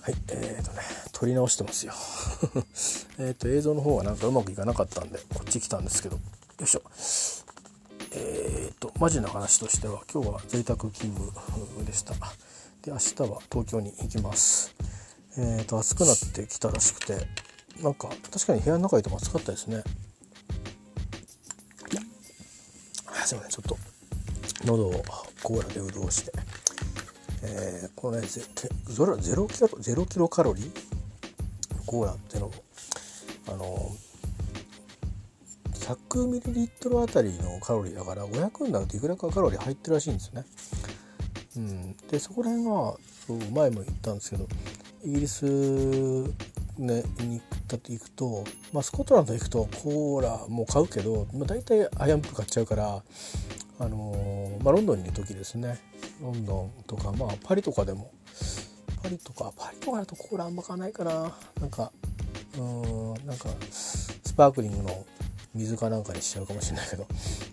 はい、撮り直してますよ映像の方はなんかうまくいかなかったんでこっち来たんですけど、よいしょ。マジな話としては今日は在宅勤務でした。で明日は東京に行きます。暑くなってきたらしくて、なんか確かに部屋の中でも暑かったですね。すいません、ちょっと喉をコーラで潤して、このねゼロキロカロリーコーラっていうのを100ml あたりのカロリーだから500になるといくらかカロリー入ってるらしいんですよね。でそこら辺が前も言ったんですけど、イギリス、ね、に行くと、スコットランド行くとコーラも買うけど、大体アイアンプル買っちゃうから、ロンドンにいる時ですね、ロンドンとか、パリとかでもパリとかだとコーラあんま買わないかな。なんかスパークリングの水かなんかにしちゃうかもしれないけど、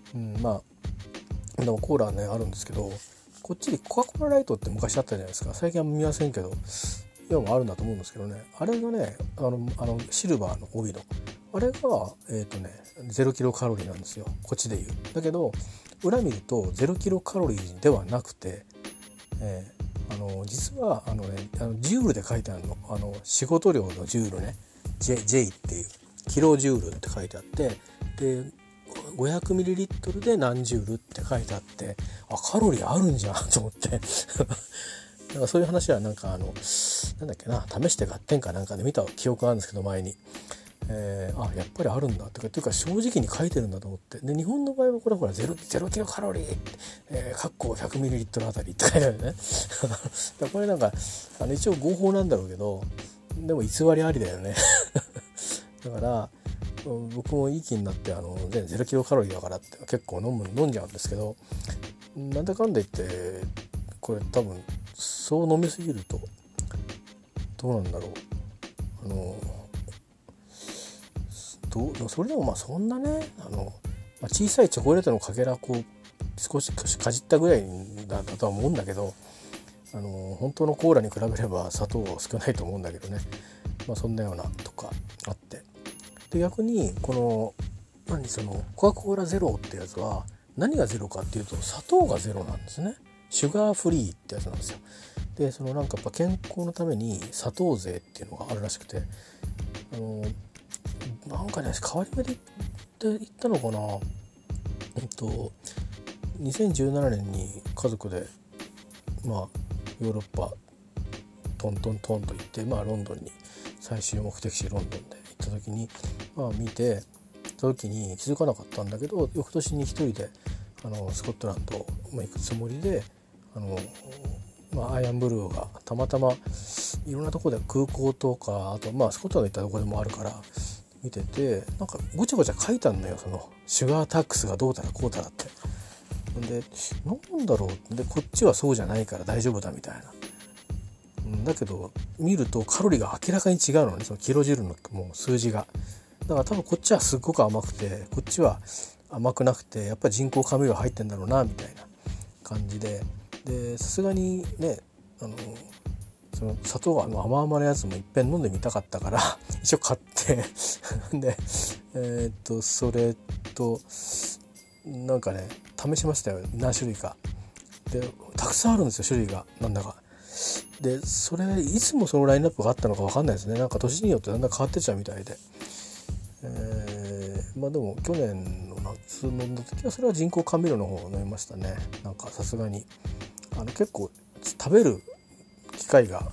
でもコーラねあるんですけど、こっちにコカ・コーラライトって昔あったじゃないですか。最近は見ませんけど今もあるんだと思うんですけどね、あれがねシルバーの帯のあれが0キロカロリーなんですよ、こっちでいう。だけど裏見ると0キロカロリーではなくて、実はジュールで書いてあるの。仕事量のジュールね、J っていうキロジュールって書いてあって、で 500ml で何ジュールって書いてあって、カロリーあるんじゃんと思ってなんかそういう話はなんだっけな、試して合点かなんかで見た記憶があるんですけど前に、やっぱりあるんだっていうか正直に書いてるんだと思って。で日本の場合はこれほら0キロカロリーかっこ 100ml あたりって書いてあるよねこれなんか一応合法なんだろうけど、でも偽りありだよねだから僕もいい気になって0キロカロリーだからって結構飲んじゃうんですけど、なんだかんだ言ってこれ多分そう飲みすぎるとどうなんだろう。それでもそんなね小さいチョコレートのかけら少しかじったぐらいだとは思うんだけど、本当のコーラに比べれば砂糖は少ないと思うんだけどね、そんなようなとかあって、で逆にこのコカ・コーラゼロってやつは何がゼロかっていうと砂糖がゼロなんですね。シュガーフリーってやつなんですよ。でやっぱ健康のために砂糖税っていうのがあるらしくて、なんかね変わり目で言ったのかな。2017年に家族でヨーロッパトントントンと行って、ロンドンに最終目的地ロンドンで行った時に見て、その時に気づかなかったんだけど、翌年に一人でスコットランド行くつもりでアイアンブルーがたまたまいろんなところで空港とかあとスコットランド行ったところでもあるから見てて、なんかごちゃごちゃ書いてあるのよ、シュガータックスがどうたらこうたらって。でなんだろう、でこっちはそうじゃないから大丈夫だみたいな。だけど見るとカロリーが明らかに違うのね、そのキロジュールのもう数字が。だから多分こっちはすっごく甘くてこっちは甘くなくて、やっぱり人工甘味料入ってんだろうなみたいな感じで、さすがにねその砂糖が甘々のやつもいっぺん飲んでみたかったから一応買ってでそれとなんかね試しましたよ、何種類か。でたくさんあるんですよ、種類がなんだか。でそれいつもそのラインナップがあったのか分かんないですね。なんか年によってだんだん変わってっちゃうみたいで、でも去年の夏飲んだ時はそれは人工甘味料の方を飲みましたね。なんかさすがに結構食べる機会が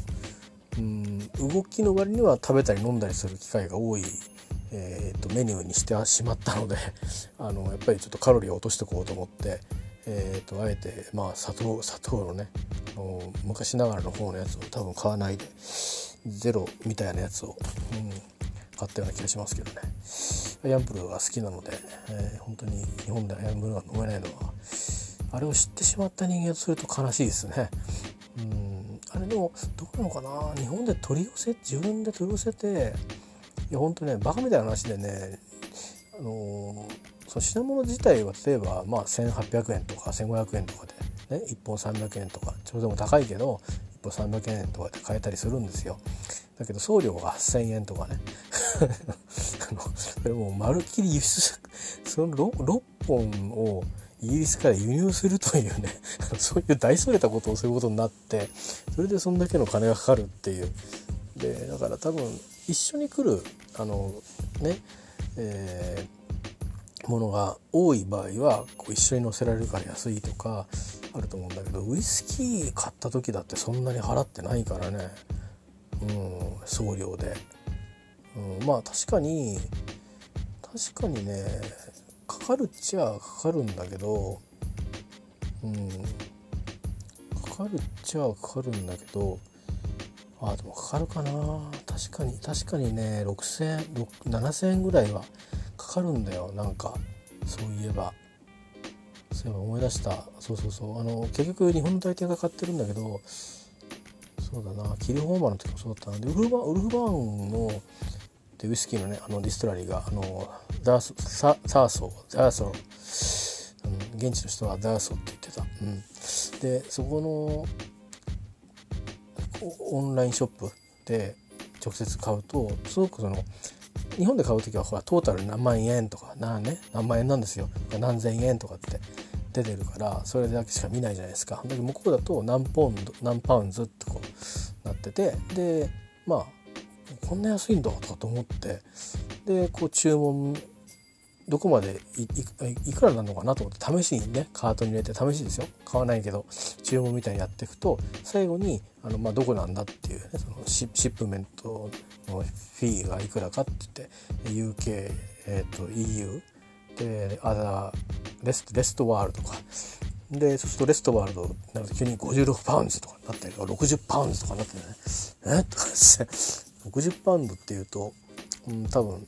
動きの割には食べたり飲んだりする機会が多い、メニューにしてしまったのでやっぱりちょっとカロリーを落としていこうと思って、あえて砂糖のね昔ながらの方のやつを多分買わないでゼロみたいなやつを、買ったような気がしますけどね。アイアンブルーが好きなので、本当に日本でアイアンブルーが飲めないのはあれを知ってしまった人間とすると悲しいですね。あれでもどうなのかな、日本で自分で取り寄せて、いや本当ねバカみたいな話でね、その品物自体は例えば1800円とか1500円とかでね、1本300円とかちょうども高いけど本300円とかで買えたりするんですよ。だけど送料が8000円とかねそれもうまるっきり輸出、その 6本をイギリスから輸入するというねそういう大それたことをすることになって、それでそんだけの金がかかるっていう。でだから多分一緒に来るものが多い場合はこう一緒に乗せられるから安いとかあると思うんだけど、ウイスキー買った時だってそんなに払ってないからね、送料で、まあ確かにねかかるっちゃかかるんだけど、かかるっちゃかかるんだけど、でもかかるかな。確かにね7000円ぐらいはかかるんだよ。なんかそういえば思い出した。そう結局日本の代店が買ってるんだけど、そうだな、キルホーマーの時もそうだったな。でウルフバーンのでウイスキーのねディストラリーがザーソー、現地の人はザーソーって言ってた。でそこのオンラインショップで直接買うとすごく日本で買う時はほらトータル何万円とか何万円なんですよ。何千円とかって出てるからそれだけしか見ないじゃないですか。だけど向こうだと何パウンズってこうなってて、でこんな安いんだとかと思って、でこう注文どこまで いくらなのかなと思って試しにねカートに入れて試しですよ、買わないけど注文みたいにやっていくと最後にどこなんだっていうね、そのシップメントのフィーがいくらかって言って UK、EU でレストワールドとかで、そうするとレストワールドになると急に56パウンズとかになったりとか60パウンズとかになってねとかですね60パウンドっていうと、多分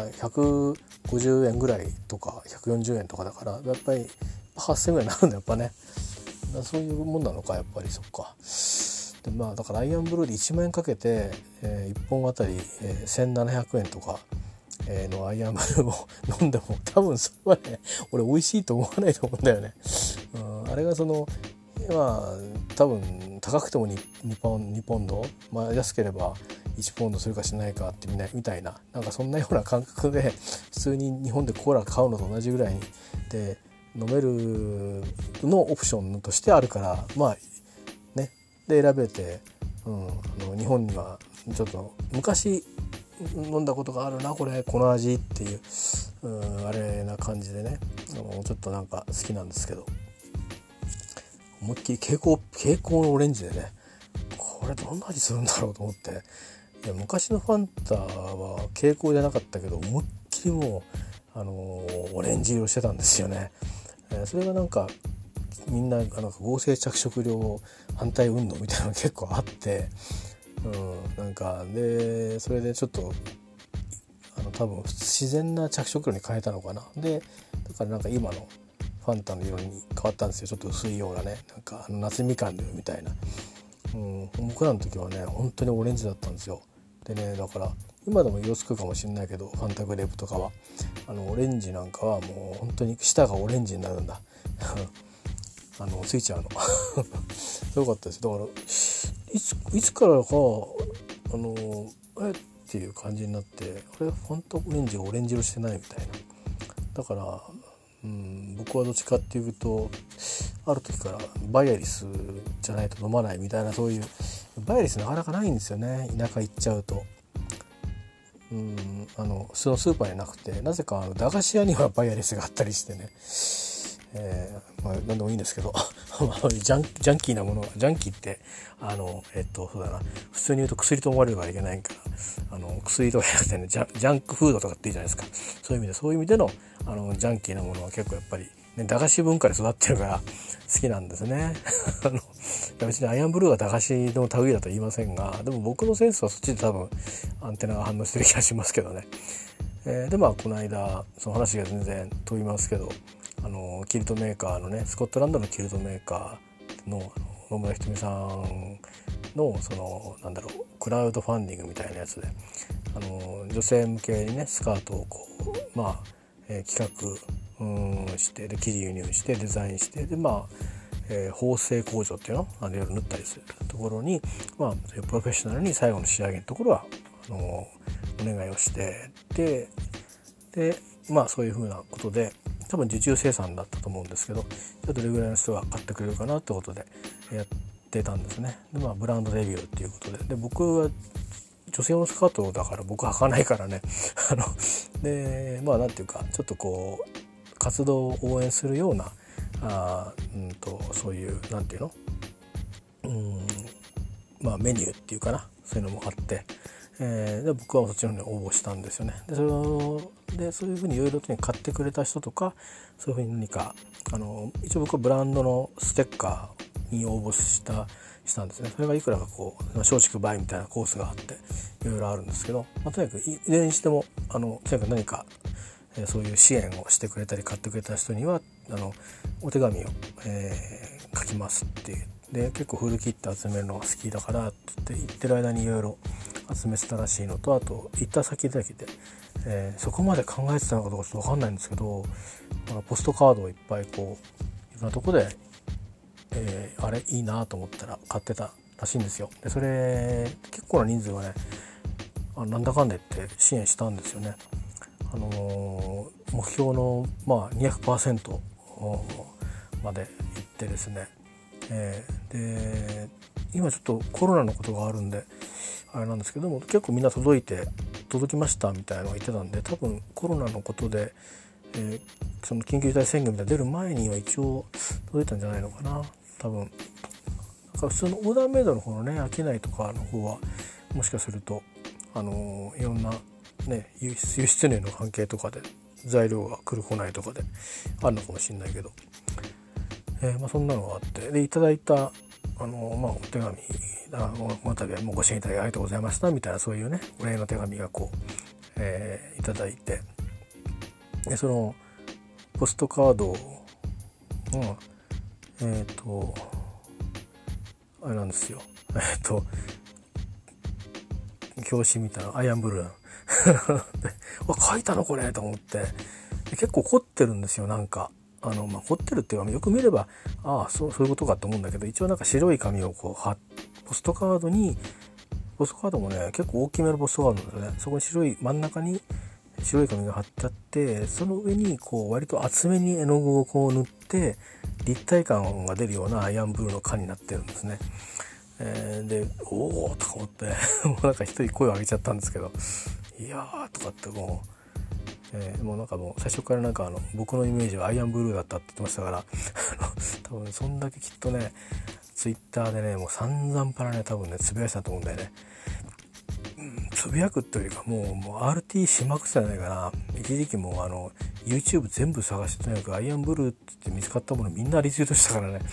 150円ぐらいとか140円とかだからやっぱり8000円ぐらいになるんだやっぱね。そういうもんなのかやっぱり。そっか。でだからアイアンブルーで1万円かけて、1本あたり、1700円とか、のアイアンブルーを飲んでも多分それはね俺美味しいと思わないと思うんだよね。あれが多分高くても2ポンド、安ければ1ポンドするかしないかってみたいな、なんかそんなような感覚で普通に日本でコーラ買うのと同じぐらいで飲めるのオプションとしてあるからで選べて、日本にはちょっと昔飲んだことがあるなこの味っていう、あれな感じでね、ちょっとなんか好きなんですけど、思いっきり蛍光のオレンジでねこれどんな味するんだろうと思って、いや昔のファンタは蛍光じゃなかったけど思いっきりもうオレンジ色してたんですよね。それがなんかみんな合成着色料反対運動みたいなのが結構あって、なんかでそれでちょっと多分自然な着色料に変えたのかな。でだからなんか今のファンタの色に変わったんですよ。ちょっと薄いようなね、なんか夏みかんの色みたいな、僕らの時はね本当にオレンジだったんですよ。でねだから今でも色つくかもしれないけどファンタグレープとかはオレンジなんかはもう本当に舌がオレンジになるんだついちゃうのよかったです。だからいつからかっていう感じになって、あれファンタオレンジがオレンジ色してないみたいな。だから僕はどっちかっていうとある時からバイアリスじゃないと飲まないみたいな、そういうバイアリスなかなかないんですよね、田舎行っちゃうと。普通のスーパーになくて、なぜか駄菓子屋にはバイアリスがあったりしてね、何でもいいんですけどジャンキーなもの、ジャンキーってそうだな、普通に言うと薬と思われるからいけないから薬とかじゃなくてね、ジャンクフードとかっていいじゃないですか。そういう意味でのジャンキーなものは結構やっぱり、ね、駄菓子文化で育ってるから好きなんですね別にアイアンブルーは駄菓子の類だと言いませんが、でも僕のセンスはそっちで多分アンテナが反応してる気がしますけどね。でこの間その話が全然飛びますけど、キルトメーカーのね、スコットランドのキルトメーカーの野村ひとみさんのクラウドファンディングみたいなやつで女性向けにねスカートをこう企画して、で生地輸入してデザインして、で縫製工場っていうのいろいろ縫ったりするところに、プロフェッショナルに最後の仕上げのところはお願いをしてでそういうふうなことで多分受注生産だったと思うんですけど、どれぐらいの人が買ってくれるかなってことでやってたんですね。でブランドデビューっていうことで僕は女性用のスカートだから僕は履かないからねでなんていうかちょっとこう活動を応援するようなそういうなんていうのメニューっていうかな、そういうのもあって、で僕はそっちの方に応募したんですよね。でそういうふうにいろいろと買ってくれた人とか、そういうふうに何か一応僕はブランドのステッカーに応募したんですね。それがいくらかこう松竹梅みたいなコースがあっていろいろあるんですけど、とにかくいずれにしてもとにかく何かそういう支援をしてくれたり買ってくれた人にはお手紙を、書きますっていうで、結構フルキット集めるのが好きだからって言ってる間にいろいろ集めてたらしいのと、あと行った先々で、そこまで考えてたのかどうかちょっと分かんないんですけど、ポストカードをいっぱいこういろんなとこで、あれいいなと思ったら買ってたらしいんですよ。でそれ結構な人数がねなんだかんだ言って支援したんですよね。目標の200% までいってですね、で今ちょっとコロナのことがあるんであれなんですけども、結構みんな届きましたみたいなのが言ってたんで、多分コロナのことで、その緊急事態宣言みたいな出る前には一応届いたんじゃないのかな多分。だから普通のオーダーメイドの方のね商いとかの方はもしかするといろんなね輸出入の関係とかで材料が来る来ないとかであるのかもしれないけど、そんなのがあって、でいただいたお手紙この度はもうご支援いただきありがとうございましたみたいな、そういうねお礼の手紙がこう、いただいて、でそのポストカードをあれなんですよ表紙見たらアイアンブルー書いたのこれと思って、結構凝ってるんですよ。なんか凝ってるっていうかよく見ればそういうことかと思うんだけど、一応なんか白い紙をこうポストカードもね結構大きめのポストカードなんですよね。そこに真ん中に白い紙が貼ってあって、その上にこう割と厚めに絵の具をこう塗って立体感が出るようなアイアンブルーの缶になってるんですね。でおーとか思ってもうなんか一人声を上げちゃったんですけど、いやーとかってもうなんかもう最初からなんか僕のイメージはアイアンブルーだったって言ってましたから多分そんだけきっとねツイッターでねもう散々パラね多分ねつぶやいてたと思うんだよね。つぶやくっていうよりかもう RT しまくってたんじゃないかな。一時期もうYouTube 全部探してとにかくアイアンブルーって見つかったものみんなリツイートしたからね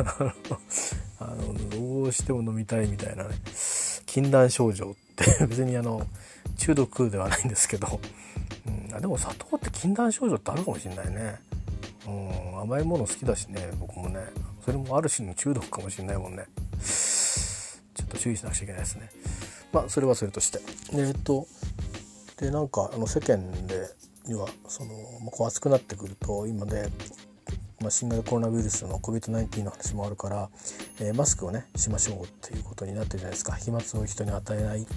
どうしても飲みたいみたいなね、禁断症状って別に中毒ではないんですけど、でも砂糖って禁断症状ってあるかもしれないね。甘いもの好きだしね僕もね、それもある種の中毒かもしれないもんね。ちょっと注意しなくちゃいけないですね。それはそれとしてでなんか世間でにはこう暑くなってくると今で、新型コロナウイルスの COVID-19 の話もあるから、マスクをねしましょうっていうことになってるじゃないですか。飛沫を人に与えないっていう。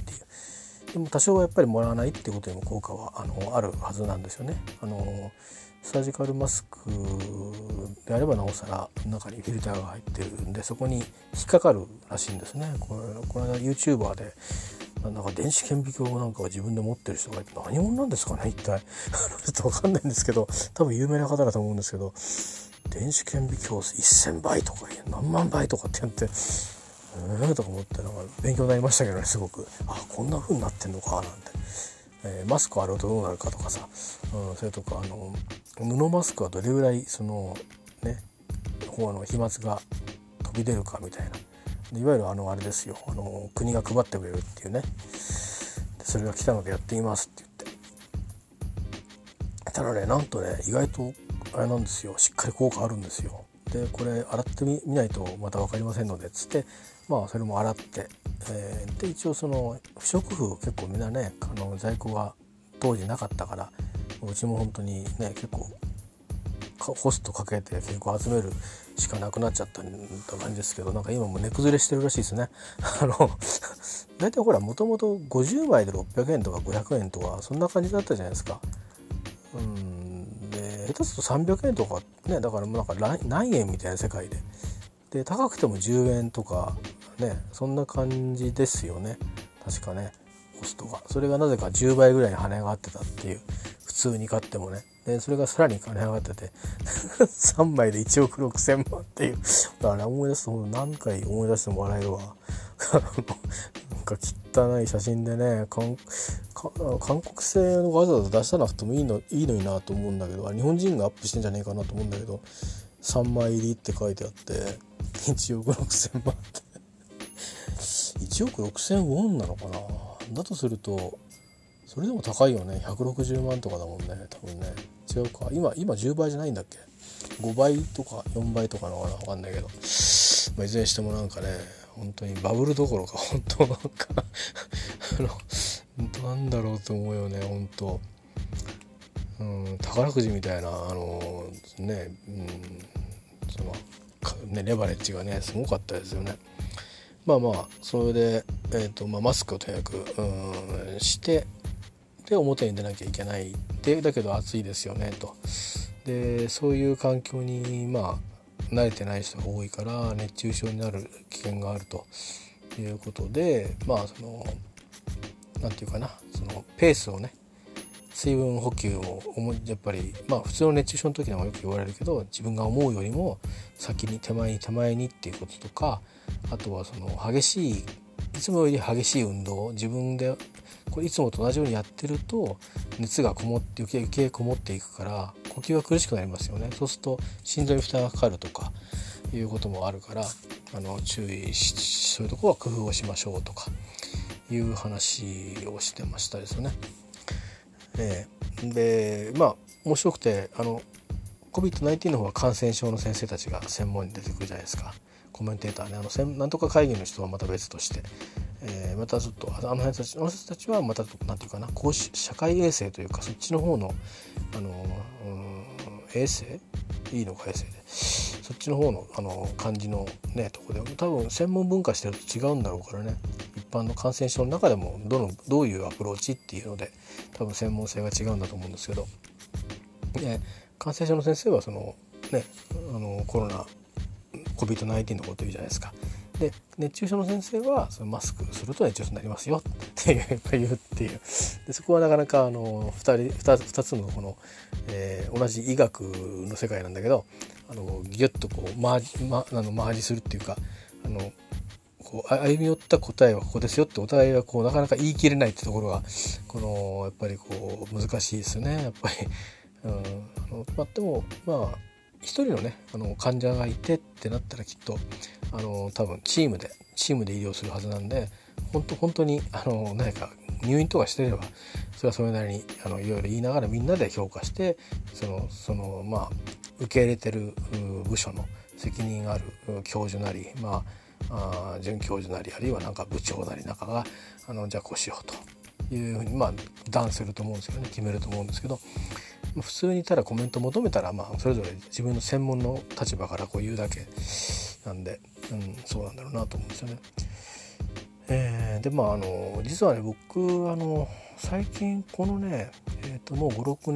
でも多少はやっぱりもらわないっていうことにも効果はあるはずなんですよね。サージカルマスクであればなおさら中にフィルターが入ってるんでそこに引っかかるらしいんですね。この間 YouTuber でなんか電子顕微鏡なんかを自分で持ってる人がいて何者なんですかね一体ちょっと分かんないんですけど、多分有名な方だと思うんですけど、電子顕微鏡1000倍とか何万倍とかってやってとか思ってなんか勉強になりましたけどね、すごくこんな風になってんのかなんて、マスクあるとどうなるかとかさ、それとか布マスクはどれぐらい飛沫が飛び出るかみたいな、いわゆるあれですよ、国が配ってくれるっていうね、でそれが来たのでやってみますって言って、ただねなんとね意外とあれなんですよ、しっかり効果あるんですよ。でこれ洗ってみないとまた分かりませんのでつってそれも洗って、で一応不織布結構みんなね在庫が当時なかったから、うちも本当にね結構ホストかけて結構集めるしかなくなっちゃった感じですけど、なんか今も値崩れしてるらしいですね。大体ほらもともと50枚で600円とか500円とかそんな感じだったじゃないですか。で下手すると300円とかね、だからもうなんか何円みたいな世界で高くても10円とかね、そんな感じですよね確かね、コストが。それがなぜか10倍ぐらいに跳ね上がってたっていう、普通に買ってもね。でそれがさらに跳ね上がってて3枚で1億6000万っていう、だから思い出すと何回思い出しても笑えるわなんか汚い写真でね、韓国製のわざわざ出さなくてもいいのになと思うんだけど、日本人がアップしてんじゃねえかなと思うんだけど、3枚入りって書いてあって1億6000万って1億6000ウォンなのかな。だとするとそれでも高いよね。160万とかだもんね多分ね。違うか、今10倍じゃないんだっけ、5倍とか4倍とかのかな、分かんないけど、いずれにしてもなんかね、本当にバブルどころか本当なんかなんだろうと思うよね本当。宝くじみたいなね、そのねレバレッジがねすごかったですよね。まあそれで、マスクをとにかくしてで表に出なきゃいけないで、だけど暑いですよねと。でそういう環境に慣れてない人が多いから熱中症になる危険があるということで、なんていうかな、そのペースをね、水分補給をやっぱり普通の熱中症の時でもよく言われるけど、自分が思うよりも先に手前にっていうこととか、あとはその激しい、いつもより激しい運動を自分でこれいつもと同じようにやってると熱が余計こもっていくから呼吸が苦しくなりますよね。そうすると心臓に負担がかかるとかいうこともあるから、注意し、そういうところは工夫をしましょうとかいう話をしてましたですよね。で面白くてCOVID-19 の方は感染症の先生たちが専門に出てくるじゃないですか。コメンテーターね、なんとか会議の人はまた別として、またちょっとあの人たちはまたなんていうかな、社会衛生というかそっちの方の衛生いいのか衛生でそっちの方の感じのねところで多分専門分化してると違うんだろうからね、一般の感染症の中でもどういうアプローチっていうので多分専門性が違うんだと思うんですけど、感染症の先生はそのねコロナ COVID-19 のこと言うじゃないですか。で熱中症の先生はそのマスクすると熱中症になりますよって言うっていうで、そこはなかなか2つのこの、同じ医学の世界なんだけどギュッとこうマージするっていうかこう歩み寄った答えはここですよってお互いがこうなかなか言い切れないってところがやっぱりこう難しいですよねやっぱり。でも一人のね患者がいてってなったらきっと多分チームで医療するはずなんで、本当に何か入院とかしてればそれはそれなりにいろいろ言いながらみんなで評価して受け入れてる部署の責任ある教授なり准教授なりあるいはなんか部長なりなんかがじゃあこうしようというふうに断すると思うんですよね、決めると思うんですけど、普通にただコメント求めたらそれぞれ自分の専門の立場からこう言うだけなんで、そうなんだろうなと思うんですよね。で実はね僕最近このねもう56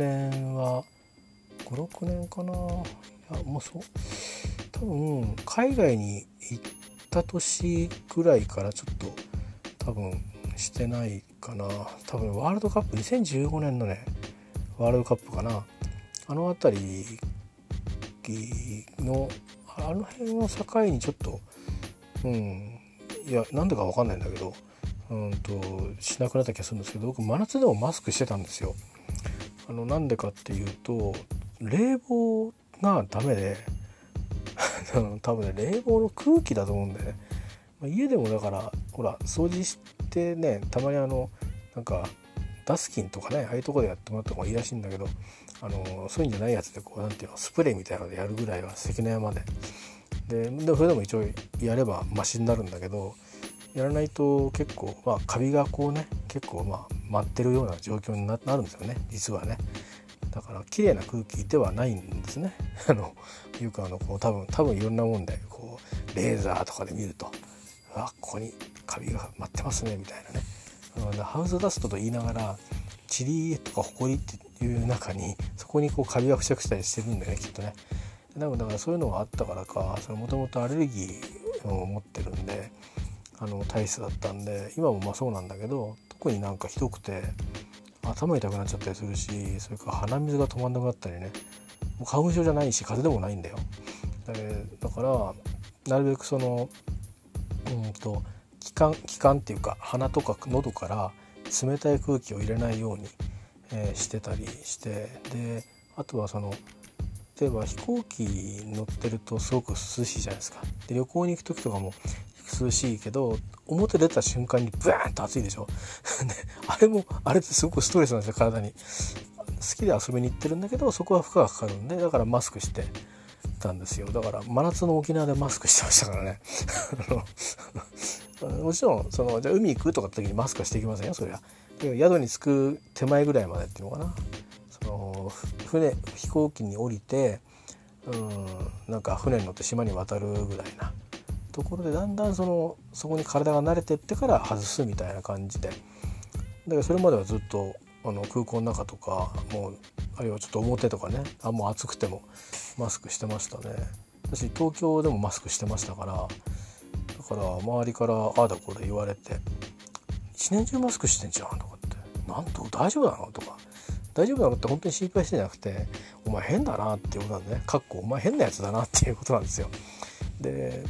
年かな、いやもうそう多分海外に行った年くらいからちょっと多分してないかな。多分ワールドカップ2015年のねワールドカップかな、あの辺りのあの辺を境にちょっといやなんでか分かんないんだけどしなくなった気がするんですけど、僕真夏でもマスクしてたんですよ。なんでかっていうと冷房がダメで多分ね冷房の空気だと思うんでね、家でもだからほら掃除してねたまになんかダスキンとかねああいうとこでやってもらった方がいいらしいんだけどそういうんじゃないやつでこうなんていうのスプレーみたいなのでやるぐらいは関の山でそれでも一応やればマシになるんだけど、やらないと結構カビがこうね結構舞ってるような状況になるんですよね実はね。 だから綺麗な空気ではないんですね。いうかこう多分いろんなもんでこうレーザーとかで見ると、ここにカビが舞ってますねみたいなね、ハウスダストと言いながら塵とかホコリっていう中にそこにこうカビが付着したりしてるんだよね、きっとね。だからそういうのがあったからか、もともとアレルギーを持ってるんで体質だったんで、今もまあそうなんだけど、特になんかひどくて頭痛くなっちゃったりするし、それから鼻水が止まんなくなったりね。もう花粉症じゃないし風邪でもないんだよ。だからなるべく気管っていうか鼻とか喉から冷たい空気を入れないように、してたりして、であとは例えば飛行機に乗ってるとすごく涼しいじゃないですか。で旅行に行く時とかも涼しいけど、表出た瞬間にブワーンと暑いでしょ。であれってすごくストレスなんですよ、体に。好きで遊びに行ってるんだけど、そこは負荷がかかるんで、だからマスクしてたんですよ。だから真夏の沖縄でマスクしてましたからね。もちろんじゃあ海行くとかって時にマスクはしていきませんよ、そりゃ。宿に着く手前ぐらいまでっていうのかな、飛行機に降りてなんか船に乗って島に渡るぐらいなところで、だんだんそこに体が慣れてってから外すみたいな感じで、だからそれまではずっと空港の中とか、もうあるいはちょっと表とかね、もう暑くてもマスクしてましたね。私東京でもマスクしてましたから、だから周りからああだこうだ言われて、一年中マスクしてんじゃんとかって、なんと大丈夫なのとか、大丈夫なのって本当に心配してんじゃなくて、お前変だなっていうことなんでね、お前変なやつだなっていうことなんですよ。で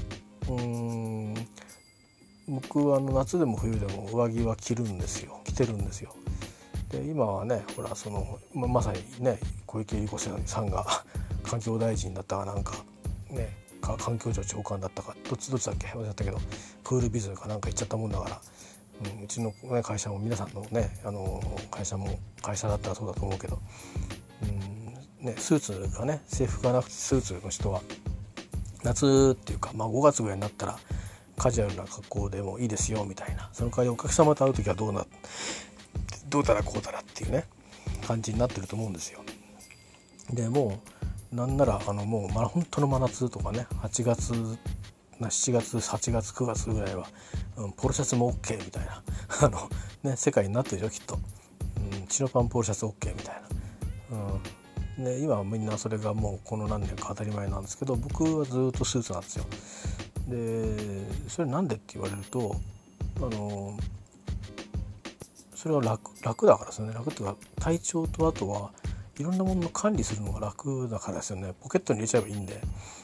僕は夏でも冬でも上着は着てるんですよ。で今はね、ほらまさにね、小池百合子さんが環境大臣だったかなんかね、環境庁長官だったかどっちだっけ忘れたけど、クールビズかなんか言っちゃったもんだから、うちの、ね、会社も皆さんのね会社だったらそうだと思うけど、スーツがね、制服がなくてスーツの人は夏っていうか、5月ぐらいになったらカジュアルな格好でもいいですよみたいな、その代わりお客様と会う時はどうだらこうだらっていうね感じになってると思うんですよ。でもうなんならもう本当の真夏とかね、7月8月9月ぐらいは、ポロシャツも OK みたいな世界になってるでしょきっと、チノパンポロシャツ OK みたいな、で今はみんなそれがもうこの何年か当たり前なんですけど、僕はずっとスーツなんですよ。でそれなんでって言われるとそれは楽だからですよね。楽っていうか体調と、あとはいろんなものの管理するのが楽だからですよね。ポケットに入れちゃえばいいんで、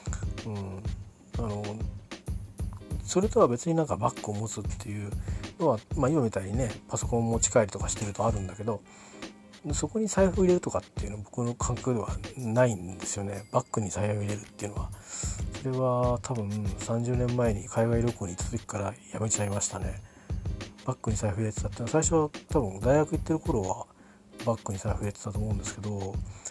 それとは別になんかバッグを持つっていうのは、今みたいにねパソコン持ち帰りとかしてるとあるんだけど、そこに財布を入れるとかっていうのは僕の感覚ではないんですよね。バッグに財布を入れるっていうのは、それは多分30年前に海外旅行に行った時からやめちゃいましたね。バッグに財布入れてたってのは、最初は多分大学行ってる頃はバッグに財布入れてたと思うんですけど、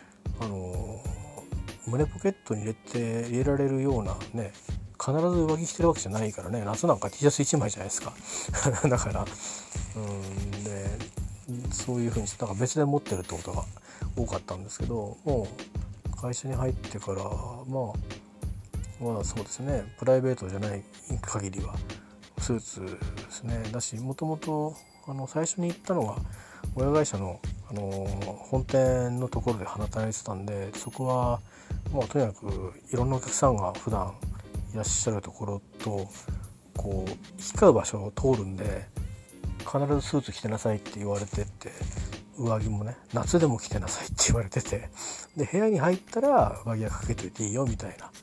胸ポケットに入れられるようなね、必ず上着着てるわけじゃないからね。夏なんか T シャツ1枚じゃないですか。だからでそういう風になんか別で持ってるってことが多かったんですけど、もう会社に入ってからまあそうですね、プライベートじゃない限りはスーツですね。だし、もともと最初に行ったのが親会社の、本店のところで働いてたんで、そこはとにかくいろんなお客さんが普段いらっしゃるところとこう行き交う場所を通るんで、必ずスーツ着てなさいって言われてって、上着もね夏でも着てなさいって言われてて、で部屋に入ったら上着はかけといていいよみたいな、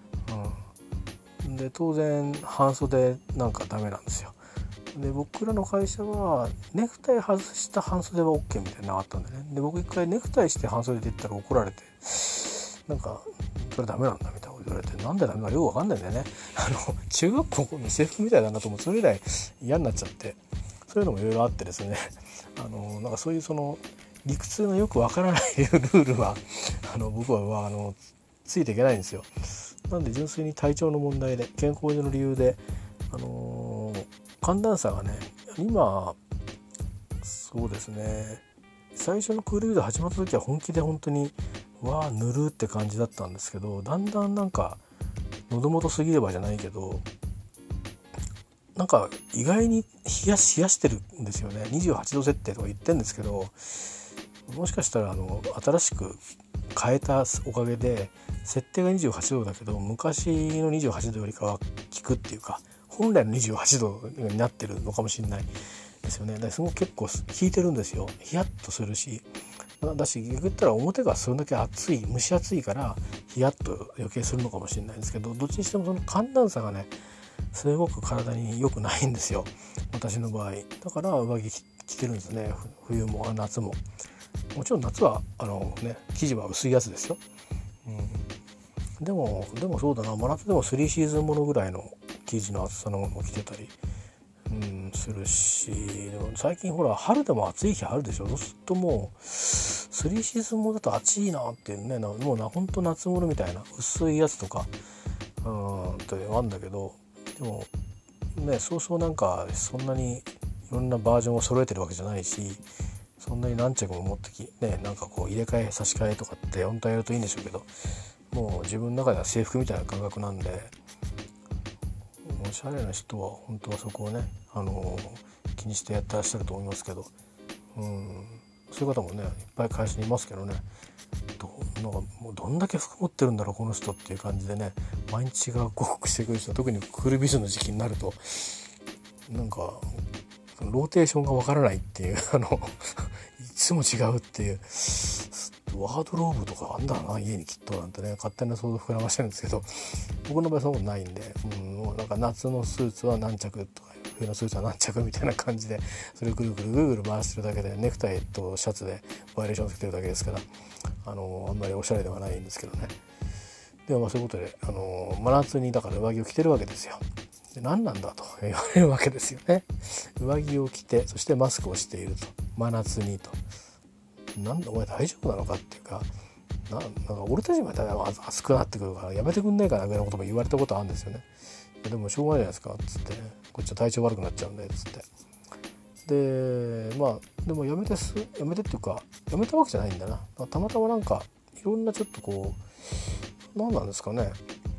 で当然半袖なんかダメなんですよ。で僕らの会社はネクタイ外した半袖は OK みたいなのがあったんでね。で僕一回ネクタイして半袖で行ったら怒られて、なんかそれダメなんだみたいなこと言われて、なんでダメかよくわかんないんだよね。中学校の制服みたいだなと思って、それ以来嫌になっちゃって、そういうのもいろいろあってですね、なんかそういう理屈のよくわからないルールは僕はついていけないんですよ。なんで純粋に体調の問題で、健康上の理由で寒暖差がね、今そうですね最初のクールビズ始まった時は本気で本当にわあ塗るって感じだったんですけど、だんだんなんか喉元過ぎればじゃないけど、なんか意外に冷やしてるんですよね。28度設定とか言ってるんですけど、もしかしたら新しく変えたおかげで設定が28度だけど昔の28度よりかは効くっていうか、本来の28度になってるのかもしれないですよね。ですごく結構効いてるんですよ。ヒヤッとするし、だし逆言ったら表がそれだけ暑い、蒸し暑いからヒヤッと余計するのかもしれないんですけど、どっちにしてもその寒暖差がねすごく体に良くないんですよ、私の場合。だから上着着てるんですね、冬も夏も。もちろん夏は生地は薄いやつですよ、でもそうだな、真夏でも3シーズンものぐらいの生地の厚さのものを着てたり、するし、でも最近ほら春でも暑い日あるでしょ。そうするともう3シーズンもだと暑いなっていうね、もうほんと夏物みたいな薄いやつとかとあるんだけど、でもね、そうなんかそんなにいろんなバージョンを揃えてるわけじゃないし、そんなに何着も持ってなんかこう入れ替え差し替えとかって本当はやるといいんでしょうけど、もう自分の中では制服みたいな感覚なんで、おしゃれな人は本当はそこをね、気にしてやってらっしゃると思いますけど、そういう方もねいっぱい会社にいますけどね、なんかもうどんだけ服持ってるんだろうこの人っていう感じでね、毎日が広告してくる人、特にクールビズの時期になるとなんかローテーションがわからないっていういつも違うっていう、ワードローブとかあんだな家にきっとなんてね、勝手な想像膨らましてるんですけど、僕の場合そんなことないんで、もうなんか夏のスーツは何着とか冬のスーツは何着みたいな感じで、それをぐるぐる回してるだけで、ネクタイとシャツでバリエーションつけてるだけですから、あんまりおしゃれではないんですけどね。でもそういうことで、真夏にだから上着を着てるわけですよ。で何なんだと言われるわけですよね。上着を着て、そしてマスクをしていると、真夏にと、なんだお前大丈夫なのかっていうか、なんか俺たちまで暑くなってくるからやめてくんないかなぐらいのことも言われたことあるんですよね。でもしょうがないじゃないですかっつって、こっちは体調悪くなっちゃうんでっつって、ででもやめてっていうか、やめたわけじゃないんだな。たまたまなんかいろんなちょっとこう何なんですかね、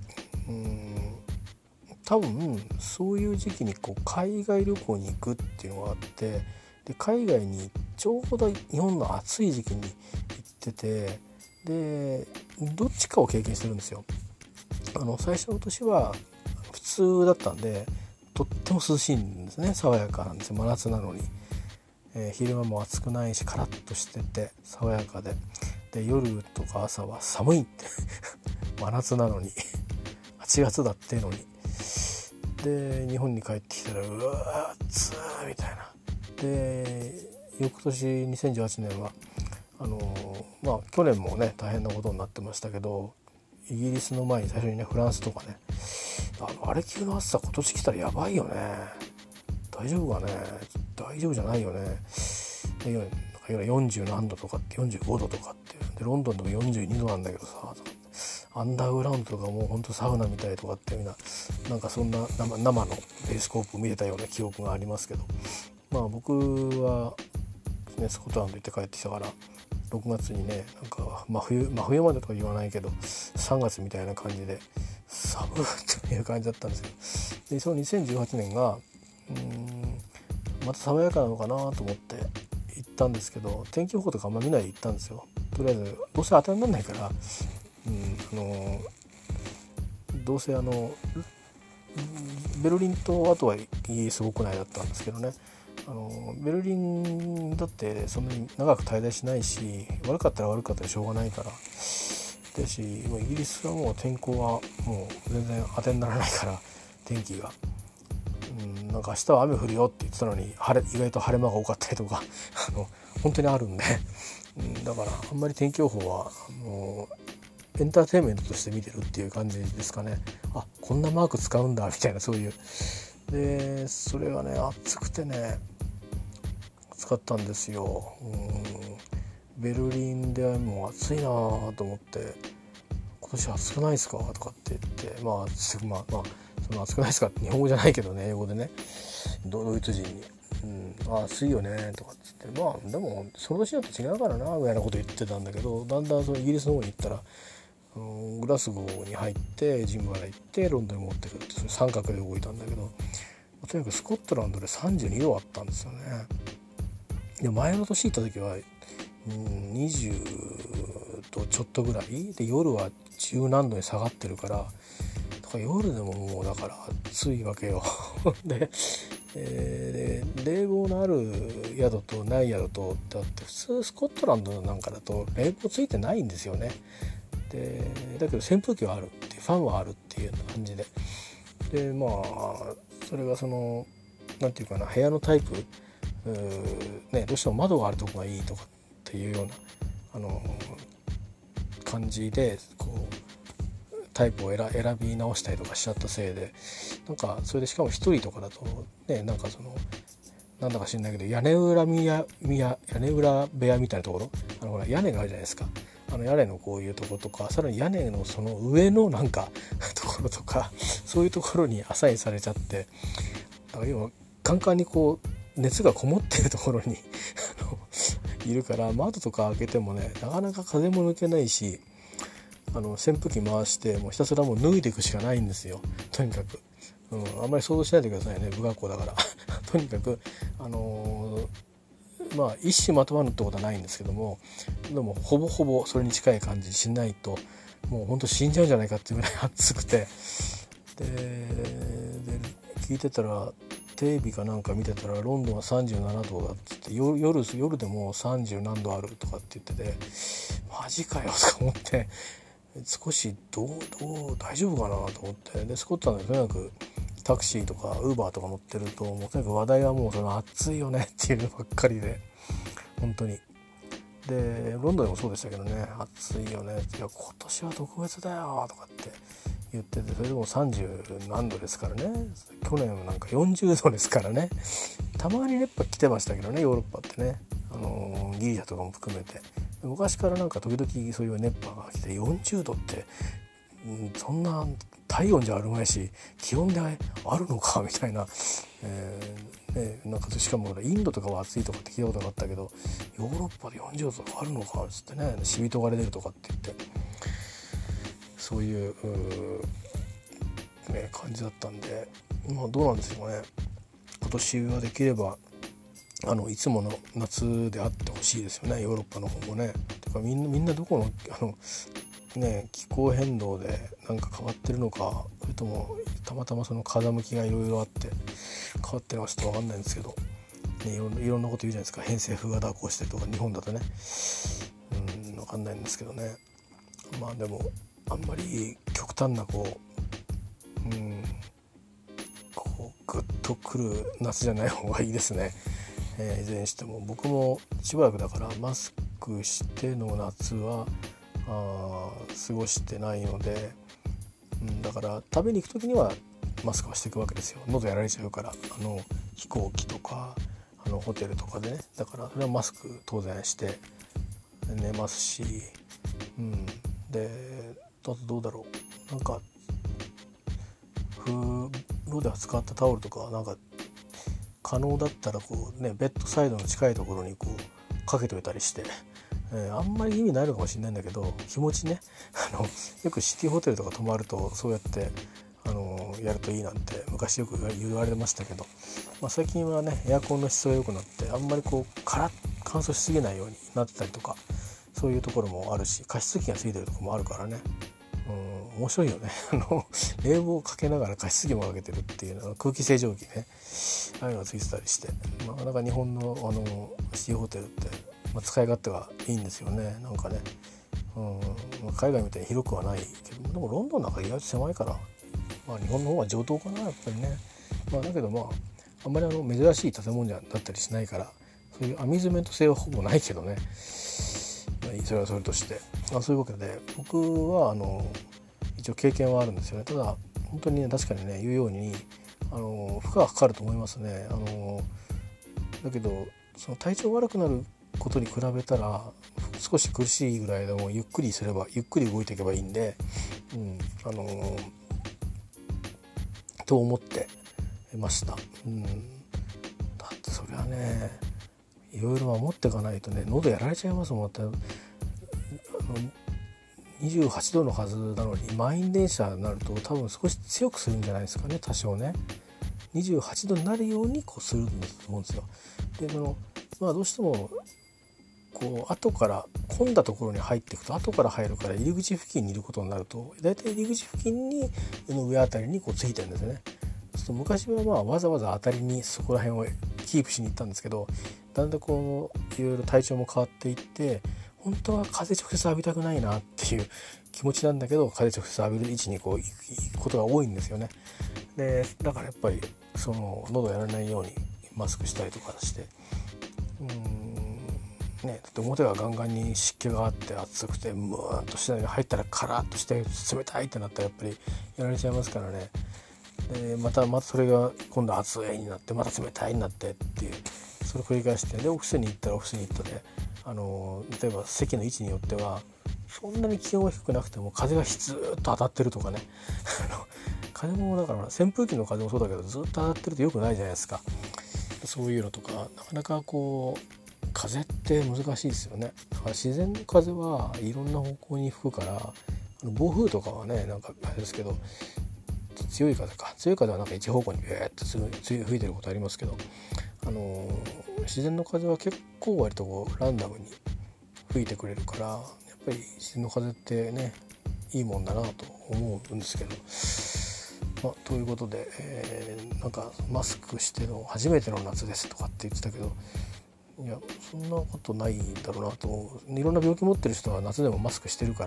多分そういう時期にこう海外旅行に行くっていうのがあって、で海外にちょうど日本の暑い時期に行ってて、でどっちかを経験してるんですよ。最初の年は普通だったんでとっても涼しいんですね。爽やかなんですよ、真夏なのに。昼間も暑くないしカラッとしてて爽やかで、夜とか朝は寒いって真夏なのに8月だってのに、で日本に帰ってきたらうわー暑いみたいな。で翌年2018年は去年もね大変なことになってましたけど、イギリスの前に最初にねフランスとかね、あれ級の暑さ今年来たらやばいよね、大丈夫かね、大丈夫じゃないよね。で40何度とかって45度とかってで、ロンドンとか42度なんだけどさ、アンダーグラウンドとかもうほんとサウナみたいとかってみんななんかそんな生のペリスコープを見れたような記憶がありますけど、僕は、ね、スコットランド行って帰ってきたから6月にね、なんか真冬までとか言わないけど3月みたいな感じで寒いという感じだったんですけど、でその2018年がまた爽やかなのかなと思って行ったんですけど、天気予報とかあんま見ないで行ったんですよ。とりあえずどうせ当たりにならないから、どうせベルリンとあとはイギリス国内だったんですけどね、ベルリンだってそんなに長く滞在しないし、悪かったらしょうがないからですし、イギリスはもう天候はもう全然当てにならないから、天気がなんか明日は雨降るよって言ってたのに意外と晴れ間が多かったりとか本当にあるんで、だからあんまり天気予報はエンターテインメントとして見てるっていう感じですかね。あ、こんなマーク使うんだみたいな、そういう。でそれがね暑くてね、暑かったんですよ。ベルリンでもう暑いなと思って、今年暑くないですかとかって言って、その暑くないですかって日本語じゃないけどね、英語でね、ドイツ人に暑いよねとかっつって、まあでもその年だと違うからなみたいなこと言ってたんだけど、だんだんそのイギリスの方に行ったら、グラスゴーに入ってジンバラ行ってロンドンに持ってくるって、それ三角で動いたんだけど、とにかくスコットランドで32度あったんですよね。で前の年行った時は、20度ちょっとぐらいで、夜は10何度に下がってるから、夜でももうだから暑いわけよで、冷房のある宿とない宿とってあって、普通スコットランドなんかだと冷房ついてないんですよね。でだけど扇風機はあるっていう、ファンはあるっていう感じで、でまあそれがそのなんていうかな、部屋のタイプ、ね、どうしても窓があるとこがいいとかっていうような感じでこうタイプを選び直したりとかしちゃったせいで、なんかそれでしかも一人とかだとね、なんかそのなんだか知んないけど屋根裏部屋みたいなところ、ほら屋根があるじゃないですか。屋根のこういうところとか、さらに屋根のその上のなんかところとか、そういうところにアサインされちゃって、要はカンカンにこう熱がこもってるところにいるから、窓とか開けてもね、なかなか風も抜けないし、扇風機回してもうひたすらもう脱いでいくしかないんですよ、とにかく。あんまり想像しないでくださいね、不学校だからとにかくまあ一糸まとわぬってことはないんですけども、でもほぼほぼそれに近い感じしないと、もうほんと死んじゃうんじゃないかっていうぐらい暑くて、で聞いてたら、テレビかなんか見てたらロンドンは37度だっつって、夜でも30何度あるとかって言ってて、マジかよとか思って、少しどう大丈夫かなと思って、でスコットランドでとにかくタクシーとかウーバーとか乗ってると、もうとにかく話題はもうその暑いよねっていうのばっかりで、本当に。でロンドンでもそうでしたけどね、暑いよね、いや今年は特別だよとかって言ってて、それでも30何度ですからね。去年はなんか40度ですからね。たまに熱波来てましたけどね、ヨーロッパってね、ギリシャとかも含めて昔からなんか時々そういう熱波が来て、40度って、そんな体温じゃあるまいし気温であるのかみたいな、なんかしかもインドとかは暑いとかって聞いたことがあったけど、ヨーロッパで40度とかあるのかっつってね、しびとがれ出るとかって言って、そういう感じだったんで、まあどうなんですよね。今年はできればいつもの夏であってほしいですよね、ヨーロッパの方もね。てかみんなどこの気候変動でなんか変わってるのか、それともたまたまその風向きがいろいろあって変わってるのかちょっと分かんないんですけど、いろんなこと言うじゃないですか、偏西風が蛇行してるとか、日本だとね、分かんないんですけどね。まあでもあんまり極端なこうグッとくる夏じゃない方がいいですね。いずれにしても僕もしばらくだからマスクしての夏は過ごしてないので、だから食べに行く時にはマスクはしていくわけですよ。喉やられちゃうから、飛行機とかホテルとかでね。だからそれはマスク当然して寝ますし、であとどうだろう、なんか風呂で扱ったタオルとかなんか可能だったらこうね、ベッドサイドの近いところにこうかけておいたりして、あんまり意味ないのかもしれないんだけど、気持ちねよくシティホテルとか泊まるとそうやってやるといいなんて昔よく言われましたけど、最近はねエアコンの質が良くなってあんまりこう乾燥しすぎないようになってたりとか、そういうところもあるし、加湿器がついてるところもあるからね、面白いよね冷房をかけながら加湿器もかけてるっていうの、空気清浄機ね、ああいうのがついてたりして、なかなか日本のシティホテルって、使い勝手がいいんですよね、なんかね。海外みたいに広くはないけど、でもロンドンなんか意外と狭いから、日本の方が上等かなやっぱりね。だけどあんまり珍しい建物だったりしないから、そういうアミューズメント性はほぼないけどね、それはそれとして、そういうわけで僕は一応経験はあるんですよね。ただ本当にね、確かにね言うように負荷がかかると思いますね。だけどその体調悪くなることに比べたら少し苦しいぐらいでもゆっくりすればゆっくり動いていけばいいんで、と思ってました。だってそりゃねいろいろ守っていかないとね、喉やられちゃいますもん。28度のはずなのに満員電車になると多分少し強くするんじゃないですかね、多少ね。28度になるようにこうするんだと思うんですよ。でどうしてもこう後から混んだところに入っていくと、後から入るから入り口付近にいることになると、だいたい入り口付近にの上あたりにこうついてるんですよね。昔はわざわざ当たりにそこら辺をキープしに行ったんですけど、だんだんこういろいろ体調も変わっていって、本当は風直接浴びたくないなっていう気持ちなんだけど、風直接浴びる位置にこう行くことが多いんですよね。でだからやっぱりその喉やらないようにマスクしたりとかして、だって表はガンガンに湿気があって暑くてムーンとして入ったらカラッとして冷たいってなったらやっぱりやられちゃいますからね。でまたそれが今度暑いになってまた冷たいになってっていう、それを繰り返して、でオフィスに行ったらオフィスに行ったで例えば席の位置によってはそんなに気温が低くなくても風がずっと当たってるとかね風もだから扇風機の風もそうだけどずっと当たってると良くないじゃないですか。そういうのとかなかなかこう風って難しいですよね。だから自然の風はいろんな方向に吹くから、暴風とかはねなんかあれですけど、強い風はなんか一方向にビューッと吹いてることありますけど、自然の風は結構割とこうランダムに吹いてくれるから、やっぱり自然の風ってねいいもんだなと思うんですけど、ということで、なんかマスクしての初めての夏ですとかって言ってたけど、いやそんなことないんだろうなと思う。いろんな病気持ってる人は夏でもマスクしてるから、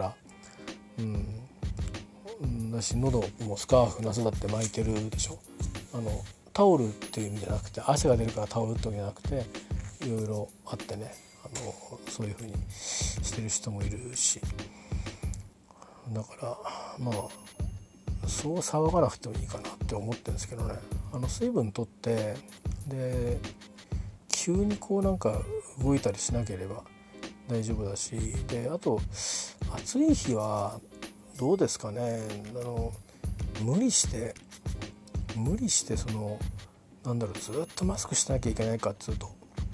だし喉もスカーフ夏だって巻いてるでしょ。タオルっていう意味じゃなくて、汗が出るからタオルってわけじゃなくて、いろいろあってね、そういう風にしてる人もいるし、だからそう騒がなくてもいいかなって思ってるんですけどね。水分取ってで急にこうなんか動いたりしなければ大丈夫だし、であと暑い日はどうですかね、無理してそのずっとマスクしなきゃいけないかっつうと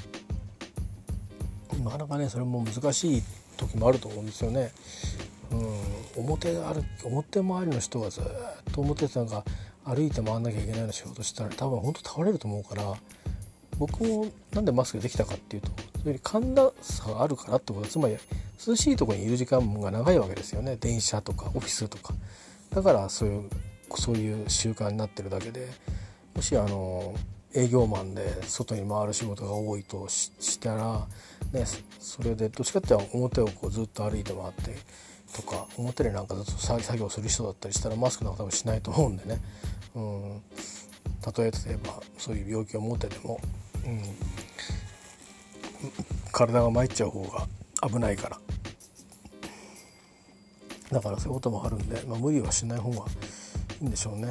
なかなかねそれも難しい時もあると思うんですよね。表回りの人がずっと表でなんか歩いて回んなきゃいけないような仕事したら多分本当倒れると思うから、僕もなんでマスクできたかっていうと、それに寒暖差があるからってことは、つまり涼しいところにいる時間が長いわけですよね。電車とかオフィスとかだからそういう習慣になってるだけで、もし営業マンで外に回る仕事が多いとしたら、ね、それでどっちかっていうと表をこうずっと歩いて回ってとか、表でなんかずっと作業する人だったりしたらマスクなんか多分しないと思うんでね、例えばそういう病気を持ってても、体が参っちゃう方が危ないから、だからそういうこともあるんで、無理はしない方がいいんでしょうね。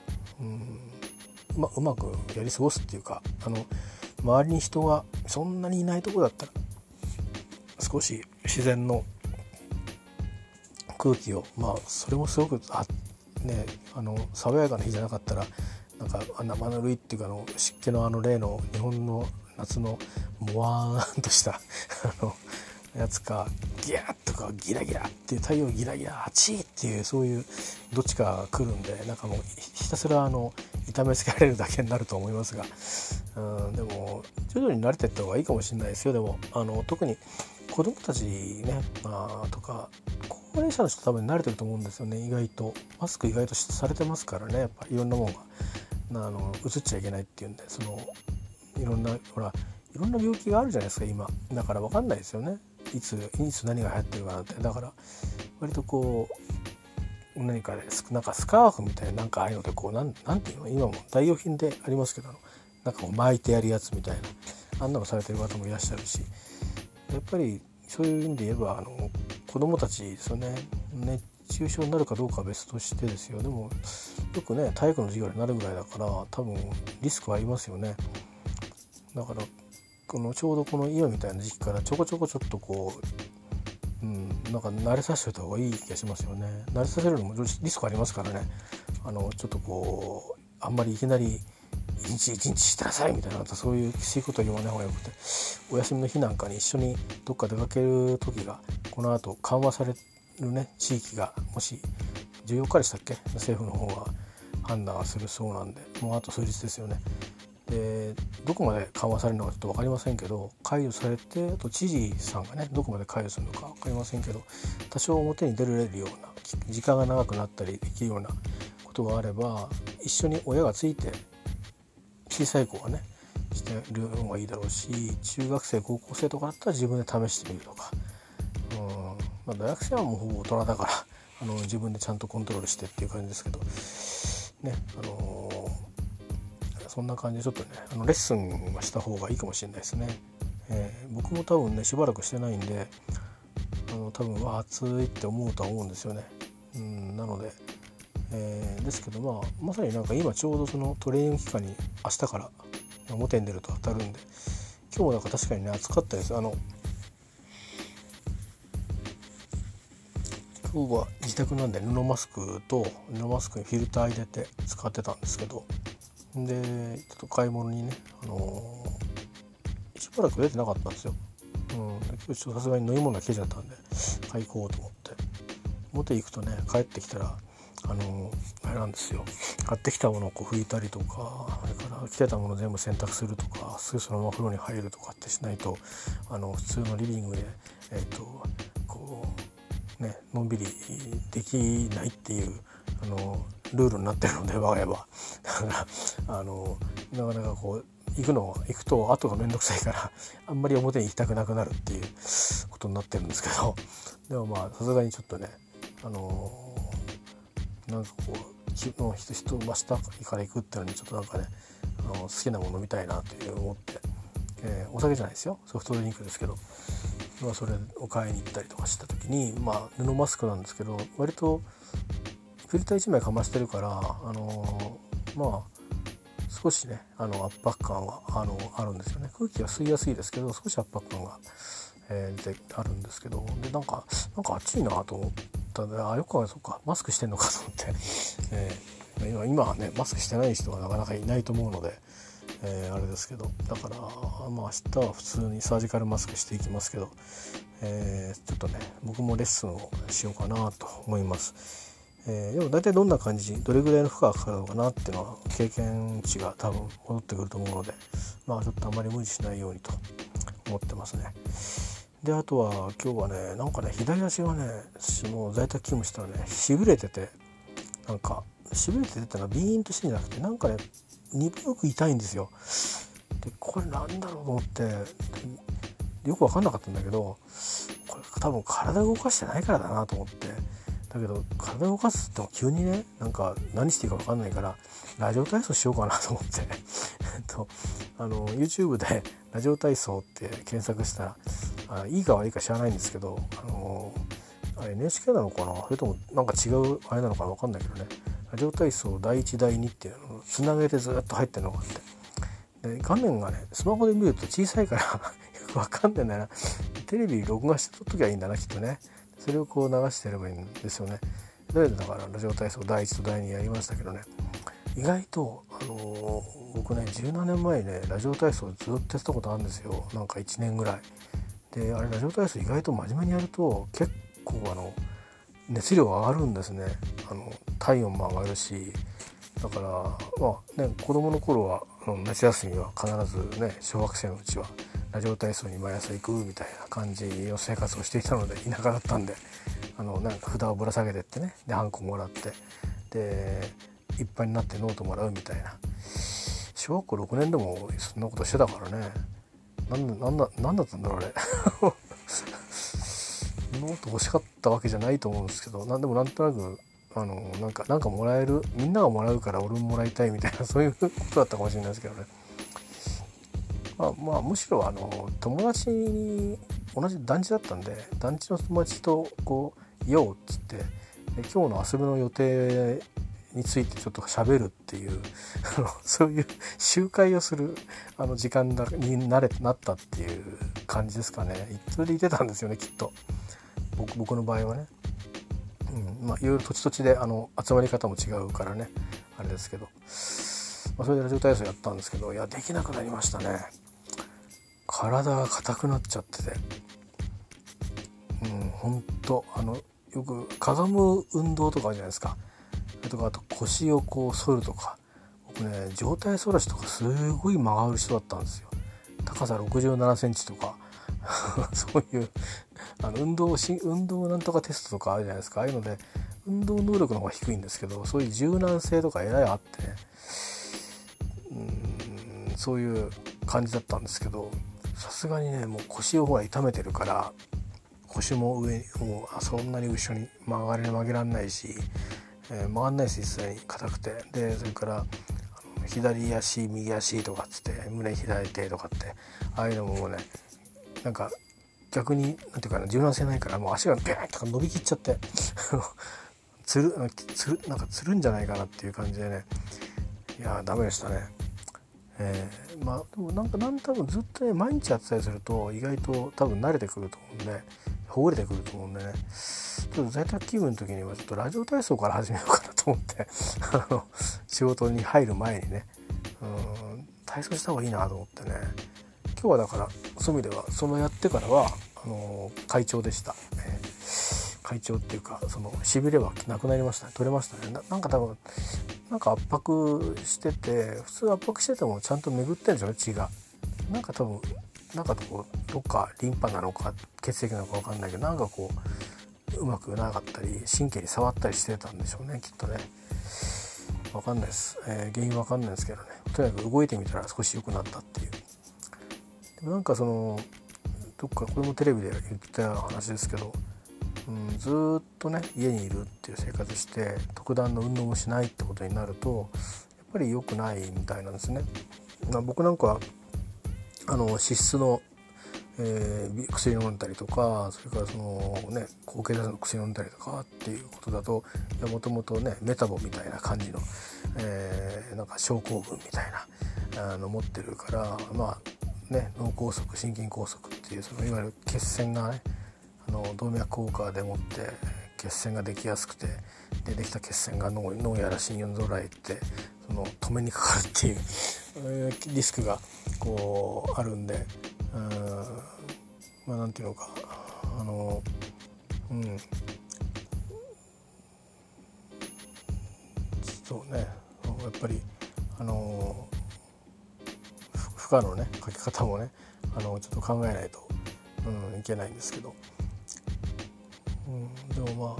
うまくやり過ごすっていうか、周りに人がそんなにいないとこだったら少し自然の空気を、それもすごく爽やかな日じゃなかったらなんか生ぬるいっていうか湿気の例の日本の夏のもわーんとしたやつか、ギャーッとかギラギラっていう太陽ギラギラ暑いっていう、そういうどっちか来るんで、なんかもうひたすら痛めつけられるだけになると思いますが、でも徐々に慣れていった方がいいかもしれないですよ。でも特に子供たちね、とか高齢者の人多分慣れてると思うんですよね。意外とマスク意外とされてますからね。やっぱいろんなものが移っちゃいけないっていうんで、いろんな病気があるじゃないですか今。だから分かんないですよね、いつ何が流行ってるかなんて。だから割とこう何かでなんかスカーフみたいな、なんかああいうのでこうなんていうの、今も代用品でありますけどなんかこう巻いてやるやつみたいな、あんなのされてる方もいらっしゃるし、やっぱりそういう意味で言えば子供たちですよね。熱中症になるかどうかは別としてですよ。でもよくね体育の授業になるぐらいだから多分リスクはありますよね。だからちょうどこの今みたいな時期からちょこちょっとこう、なんか慣れさせておいた方がいい気がしますよね。慣れさせるのもリスクありますからね。ちょっとこうあんまりいきなり一日一日してなさいみたいな、そういうきついことは言わない方がよくて、お休みの日なんかに一緒にどっか出かける時がこの後緩和されるね地域がもし14日でしたっけ、政府の方が判断するそうなんで、もうあと数日ですよね。でどこまで緩和されるのかちょっと分かりませんけど、解除されて、あと知事さんがねどこまで解除するのか分かりませんけど、多少表に出れるような時間が長くなったりできるようなことがあれば、一緒に親がついて小さい子はねしてるのがいいだろうし、中学生高校生とかだったら自分で試してみるとか、大学生はもうほぼ大人だから自分でちゃんとコントロールしてっていう感じですけどね、そんな感じでちょっとねレッスンはした方がいいかもしれないですね。僕も多分ねしばらくしてないんで多分暑いって思うとは思うんですよね。なので、ですけどまさになんか今ちょうどそのトレーニング期間に明日から表に出ると当たるんで、今日もなんか確かにね暑かったです。今日は自宅なんで布マスクにフィルター入れて使ってたんですけど、でちょっと買い物にね、しばらく出てなかったんですよ。今日ちょっとさすがに飲み物が切れちゃったんで買い行こうと思って表行くとね、帰ってきたらあれなんですよ、買ってきたものをこう拭いたりとか、それから着てたもの全部洗濯するとか、すぐそのまま風呂に入るとかってしないと普通のリビングでこうねのんびりできないっていうルールになってるので、我が家はだからなかなかこう行くと後がめんどくさいからあんまり表に行きたくなくなるっていうことになってるんですけど、でもさすがにちょっとねなんかこう人真下から行くっていうのにちょっとなんかね好きなもの見たいなって思って、お酒じゃないですよ、ソフトドリンクですけど、それを買いに行ったりとかした時に布マスクなんですけど、割とフィルター1枚かましてるから少しね圧迫感はあるんですよね。空気は吸いやすいですけど少し圧迫感が、あるんですけど、でなんか暑いなと思ったんで、よくそうかマスクしてんのかと思って、今はねマスクしてない人がなかなかいないと思うので、あれですけど、だから明日は普通にサージカルマスクしていきますけど、ちょっとね僕もレッスンをしようかなと思います。でも大体どんな感じ、どれぐらいの負荷がかかるのかなっていうのは経験値が多分戻ってくると思うので、ちょっとあまり無理しないようにと思ってますね。であとは今日はねなんかね左足がねもう在宅勤務したらねしびれてて、なんかしびれててってのはビーンとしてんじゃなくてなんかね鈍く痛いんですよ。でこれなんだろうと思ってよく分かんなかったんだけど、これ多分体動かしてないからだなと思って、だけど体動かすっても急にねなんか何していいか分かんないからラジオ体操しようかなと思ってYouTube でラジオ体操って検索したらいいか悪いか知らないんですけど、NHK なのかな、それともなんか違うあれなのかな分かんないけどね、ラジオ体操第1第2っていうのをつなげてずっと入ってるのがあって、で画面がねスマホで見ると小さいからよく分かんないんだよな。テレビ録画して撮っときゃいいんだなきっとね。それをこう流してればいいんですよね。だからラジオ体操第1と第2やりましたけどね、意外と、僕ね十何年前にねラジオ体操ずっとやってたことあるんですよ。なんか1年ぐらいで、あれラジオ体操意外と真面目にやると結構熱量上がるんですね。体温も上がるし、だから子供の頃は夏休みは必ずね小学生のうちはラジオ体操に毎朝行くみたいな感じの生活をしていたので、田舎だったんでなんか札をぶら下げてってね、でハンコもらってでいっぱいになってノートもらうみたいな、小学校6年でもそんなことしてたからね。なんだったんだろうあれノート欲しかったわけじゃないと思うんですけど、でもなんとなくなんかもらえる、みんながもらうから俺ももらいたいみたいなそういうことだったかもしれないですけどね。むしろ友達に同じ団地だったんで、団地の友達とこうようっつって今日の遊びの予定についてちょっと喋るっていうそういう集会をする時間になったっていう感じですかね。それでいてたんですよねきっと。僕の場合はね、いろいろ土地土地で集まり方も違うからねあれですけど、 それでラジオ体操やったんですけど、いやできなくなりましたね。体が硬くなっちゃってて、本当よくかがむ運動とかあるじゃないですか。あと腰をこう反るとか、僕ね上体反らしとかすごい曲がる人だったんですよ。高さ67センチとかそういう運動なんとかテストとかあるじゃないですか。ああいうので運動能力の方が低いんですけど、そういう柔軟性とかえらいあってね、そういう感じだったんですけど、さすがにねもう腰をほら痛めてるから、腰も上にもうそんなに後ろに曲げられないし、曲がんないです。実際に硬くて。でそれから左足右足とかっつって胸左手とかって、ああいうのももうねなんか逆になんていうかな、柔軟性ないから、もう足がビューンとか伸びきっちゃってなんかつるんじゃないかなっていう感じでね、いやダメでしたね。でも多分ずっとね毎日やってたりすると意外と多分慣れてくると思うんで、ほぐれてくると思うんでね、ちょっと在宅勤務の時にはちょっとラジオ体操から始めようかなと思って仕事に入る前にね、体操した方がいいなと思ってね。今日はだからそういう意味ではそのやってからは会長でした、会長っていうかそのしびれはなくなりましたね。取れましたね。なんか多分なんか圧迫してて、普通圧迫しててもちゃんと巡ってるんでしょうね、血が。なんか多分なんかこうどっかリンパなのか血液なのか分かんないけど、なんかこううまくなかったり神経に触ったりしてたんでしょうね、きっとね。分かんないです、原因分かんないですけどね。とにかく動いてみたら少し良くなったっていう。でもなんかそのどっかこれもテレビで言ってた話ですけど、ずっとね家にいるっていう生活して特段の運動もしないってことになるとやっぱり良くないみたいなんですね。僕なんか脂質の、薬飲んだりとか、それからそのね高血圧の薬飲んだりとかっていうことだと、もともとねメタボみたいな感じの、なんか症候群みたいな持ってるから、脳梗塞心筋梗塞っていうそのいわゆる血栓がね動脈硬化でもって血栓ができやすくて、できた血栓が脳やら心臓らへ行ってその止めにかかるっていうリスクがこうあるんで、なんていうのかそうね、やっぱり負荷のねかけ方もねちょっと考えないと、いけないんですけど、でも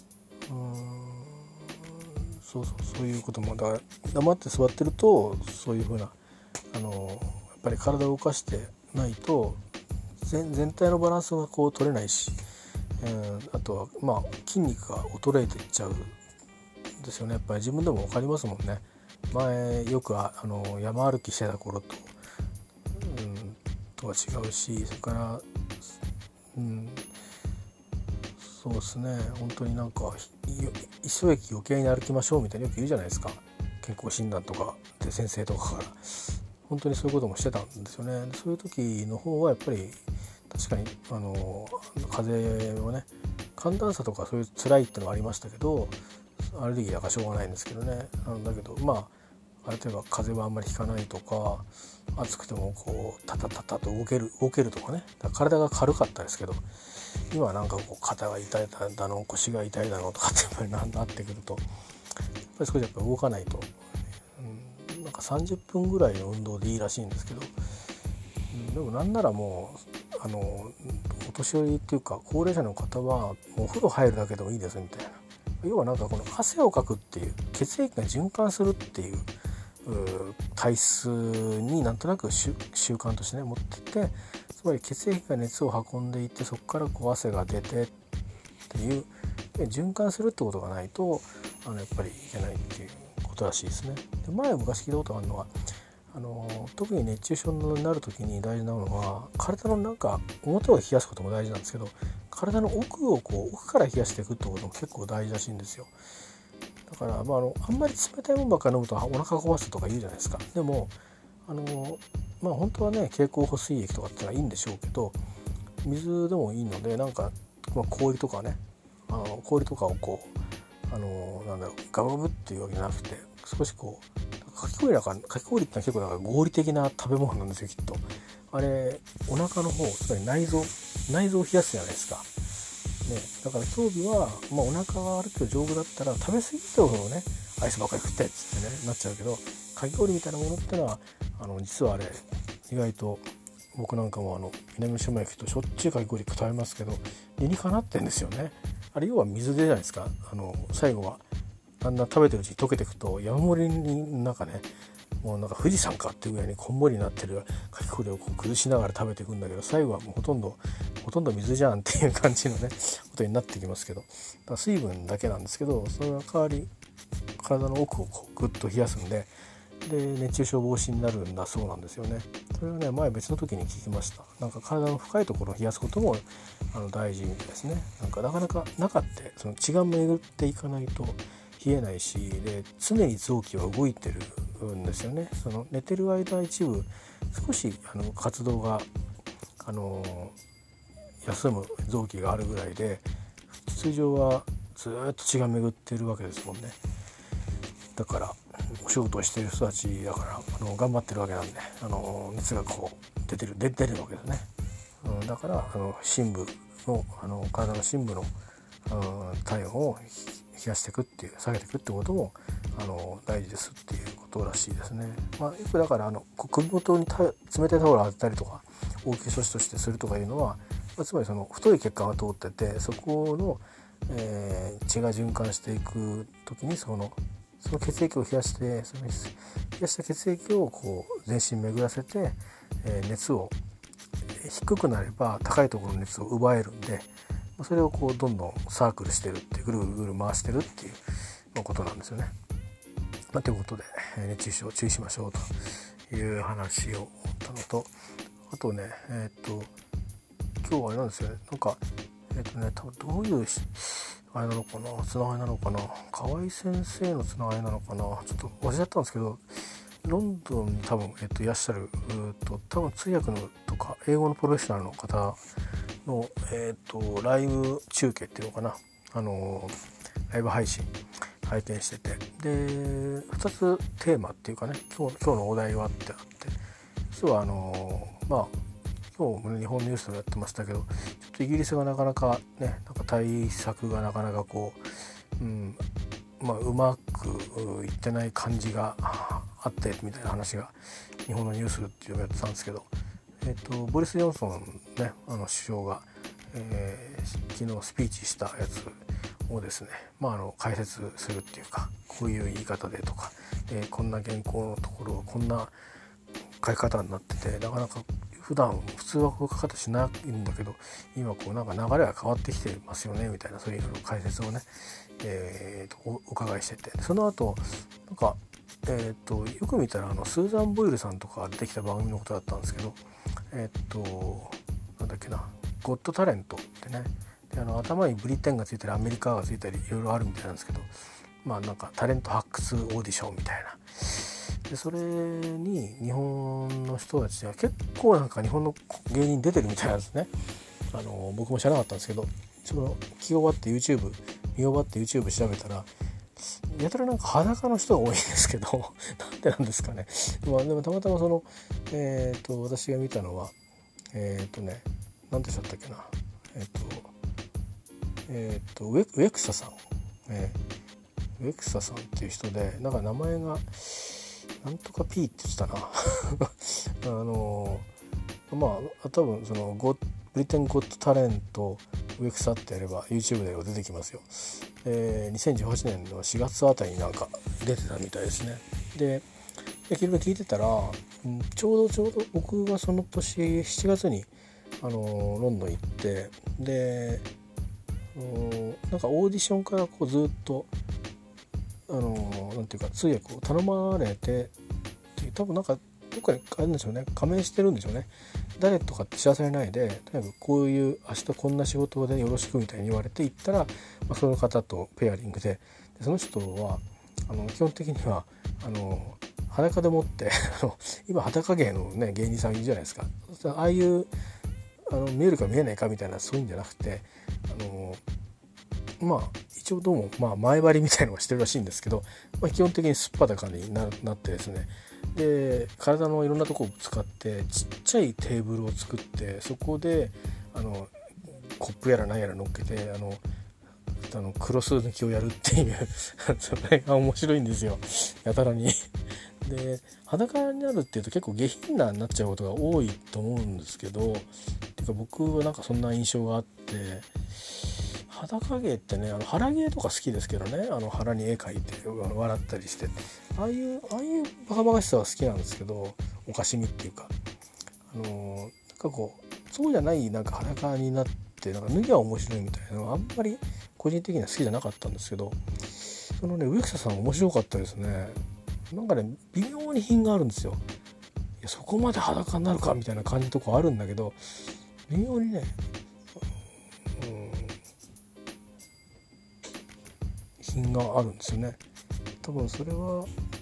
そういうこともだから黙って座ってるとそういうふうなやっぱり体を動かしてないと全体のバランスがこう取れないし、あとは筋肉が衰えていっちゃうんですよね。やっぱり自分でも分かりますもんね。前よく山歩きしてた頃とは違うし、それからそうですね、本当になんか一駅余計に歩きましょうみたいによく言うじゃないですか、健康診断とかで先生とかから。本当にそういうこともしてたんですよね。そういう時の方はやっぱり確かに風邪をね、寒暖差とかそういう辛いっていうのはありましたけど、アレルギーだからしょうがないんですけどね。だけど例えば風邪はあんまりひかないとか、暑くてもこうタタタタと動けるとかね。体が軽かったですけど、今はなんかこう肩が痛いだの腰が痛いだのとかってやっぱりなってくるとやっぱり少しやっぱ動かないと、なんか30分ぐらいの運動でいいらしいんですけど、でもなんならもうお年寄りっていうか高齢者の方はもうお風呂入るだけでもいいですみたいな。要はなんかこの汗をかくっていう血液が循環するっていう体質になんとなく習慣としてね持ってて、つまり血液が熱を運んでいってそこからこう汗が出てっていう循環するってことがないとやっぱりいけないっていうことらしいですね。で昔聞いたことがあるのは特に熱中症になる時に大事なのは体のなんか表を冷やすことも大事なんですけど、体の奥から冷やしていくってことも結構大事らしいんですよ。だからあんまり冷たいものばっかり飲むとお腹壊すとか言うじゃないですか。でも本当はね経口補水液とかってのはいいんでしょうけど、水でもいいのでなんか、氷とかね氷とかをこうガブガブっていうわけじゃなくて少しこうかき氷ってのは結構だから合理的な食べ物なんですよきっと。あれお腹の方、つまり内臓を冷やすじゃないですか、ね、だから興味は、お腹がある程度丈夫だったら食べ過ぎとねアイスばっかり食ってっつってねなっちゃうけど、かき氷みたいなものってのは実はあれ意外と僕なんかも南島駅としょっちゅうかき氷食べますけど理にかなってんですよね。あれ要は水でじゃないですか。最後はだんだん食べてるうちに溶けていくと山盛りになんかね、もうなんか富士山かっていうぐらいにこんもりになってるかき氷をこう崩しながら食べていくんだけど、最後はもうほとんど水じゃんっていう感じのねことになってきますけど、だから水分だけなんですけど、その代わり体の奥をこうグッと冷やすんで、熱中症防止になるんだそうなんですよね。それはね前別の時に聞きました。なんか体の深いところを冷やすことも大事みたいですね。なかなか中ってその血が巡っていかないと冷えないし、で常に臓器は動いてるんですよね。その寝てる間一部少し活動が休む臓器があるぐらいで、通常はずっと血が巡っているわけですもんね。だからお仕事をしている人たちだから頑張ってるわけなんで熱がこう出るわけですね。だから深部の体の深部の体温を冷やしていくっていう下げていくってことも大事ですっていうことらしいですね。よくだから首元に冷たいタオルを当てたりとか応急処置としてするとかいうのは、つまりその太い血管が通っててそこの、血が循環していく時にその血液を冷やして、その冷やした血液をこう全身巡らせて、熱を低くなれば高いところの熱を奪えるんで、それをこうどんどんサークルしてるってぐるぐる回してるっていうことなんですよね。ということで熱中症注意しましょうという話を思ったのと、あとね今日はあれなんですよね。なんか多分どういうあれなのかな、つながりなのかな、河合先生のつながりなのかな、ちょっと忘れちゃったんですけど、ロンドンに多分、いらっしゃる多分通訳のとか英語のプロフェッショナルの方の、ライブ中継っていうのかな、ライブ配信拝見してて、で2つテーマっていうかね、今日のお題はってあって、実は今日も日本ニュースでもやってましたけど、ちょっとイギリスがなかなかね、なんか対策がなかなかこう、うまくいってない感じがあってみたいな話が日本のニュースっていうのをやってたんですけど、ボリス・ジョンソンね首相が、昨日スピーチしたやつをですね、解説するっていうか、こういう言い方でとか、こんな原稿のところこんな書き方になってて、なかなか普通はこういう書き方しないんだけど、今こうなんか流れが変わってきてますよねみたいな、そういう解説をね、お伺いしてて、その後なんかよく見たらスーザン・ボイルさんとか出てきた番組のことだったんですけど、なんだっけな、ゴットタレントってね、で頭にブリテンがついたりアメリカがついたりいろいろあるみたいなんですけど、なんかタレント発掘オーディションみたいな。でそれに日本の人たちは結構なんか日本の芸人出てるみたいなんですね。僕も知らなかったんですけど、その見終わって YouTube 調べたら、やたらなんか裸の人が多いんですけどなんでなんですかね。でもたまたまその私が見たのは何でしたっけな、ウエクサさん、ウエクサさんっていう人で、なんか名前がなんとか P って言ってたな多分そのブリテンゴットタレントウエクサってやれば YouTube で出てきますよ。2018年の4月あたりになんか出てたみたいですね。でいろいろ聞いてたら、ちょうど僕がその年7月にロンドン行って、でなんかオーディションからこうずっとなんていうか通訳を頼まれて、多分なんかどっかにあるんでしょうね、加盟してるんでしょうね。誰とかって知らされないで、とにかくこういう明日こんな仕事でよろしくみたいに言われて行ったら、その方とペアリングで、その人は基本的には裸でもって今裸芸のね芸人さんいるじゃないですか。ああいう見えるか見えないかみたいな、そういうんじゃなくて一一応どうもまあ前張りみたいのはしてるらしいんですけど、基本的にすっぱだかになってですね、で体のいろんなところを使ってちっちゃいテーブルを作って、そこでコップやら何やら乗っけてクロス抜きをやるっていうそれが面白いんですよ、やたらに。で裸になるっていうと結構下品なになっちゃうことが多いと思うんですけど、てか僕はなんかそんな印象があって、裸芸ってね、腹芸とか好きですけどね、腹に絵描いて笑ったりして、ああいうバカバカしさは好きなんですけど、おかしみっていうか、なんかこうそうじゃないなんか裸になってなんか脱ぎは面白いみたいなのはあんまり個人的には好きじゃなかったんですけど、そのね植草さん面白かったですね。なんかね微妙に品があるんですよ。いやそこまで裸になるかみたいな感じのとこあるんだけど、微妙にね、品があるんですよね。多分それは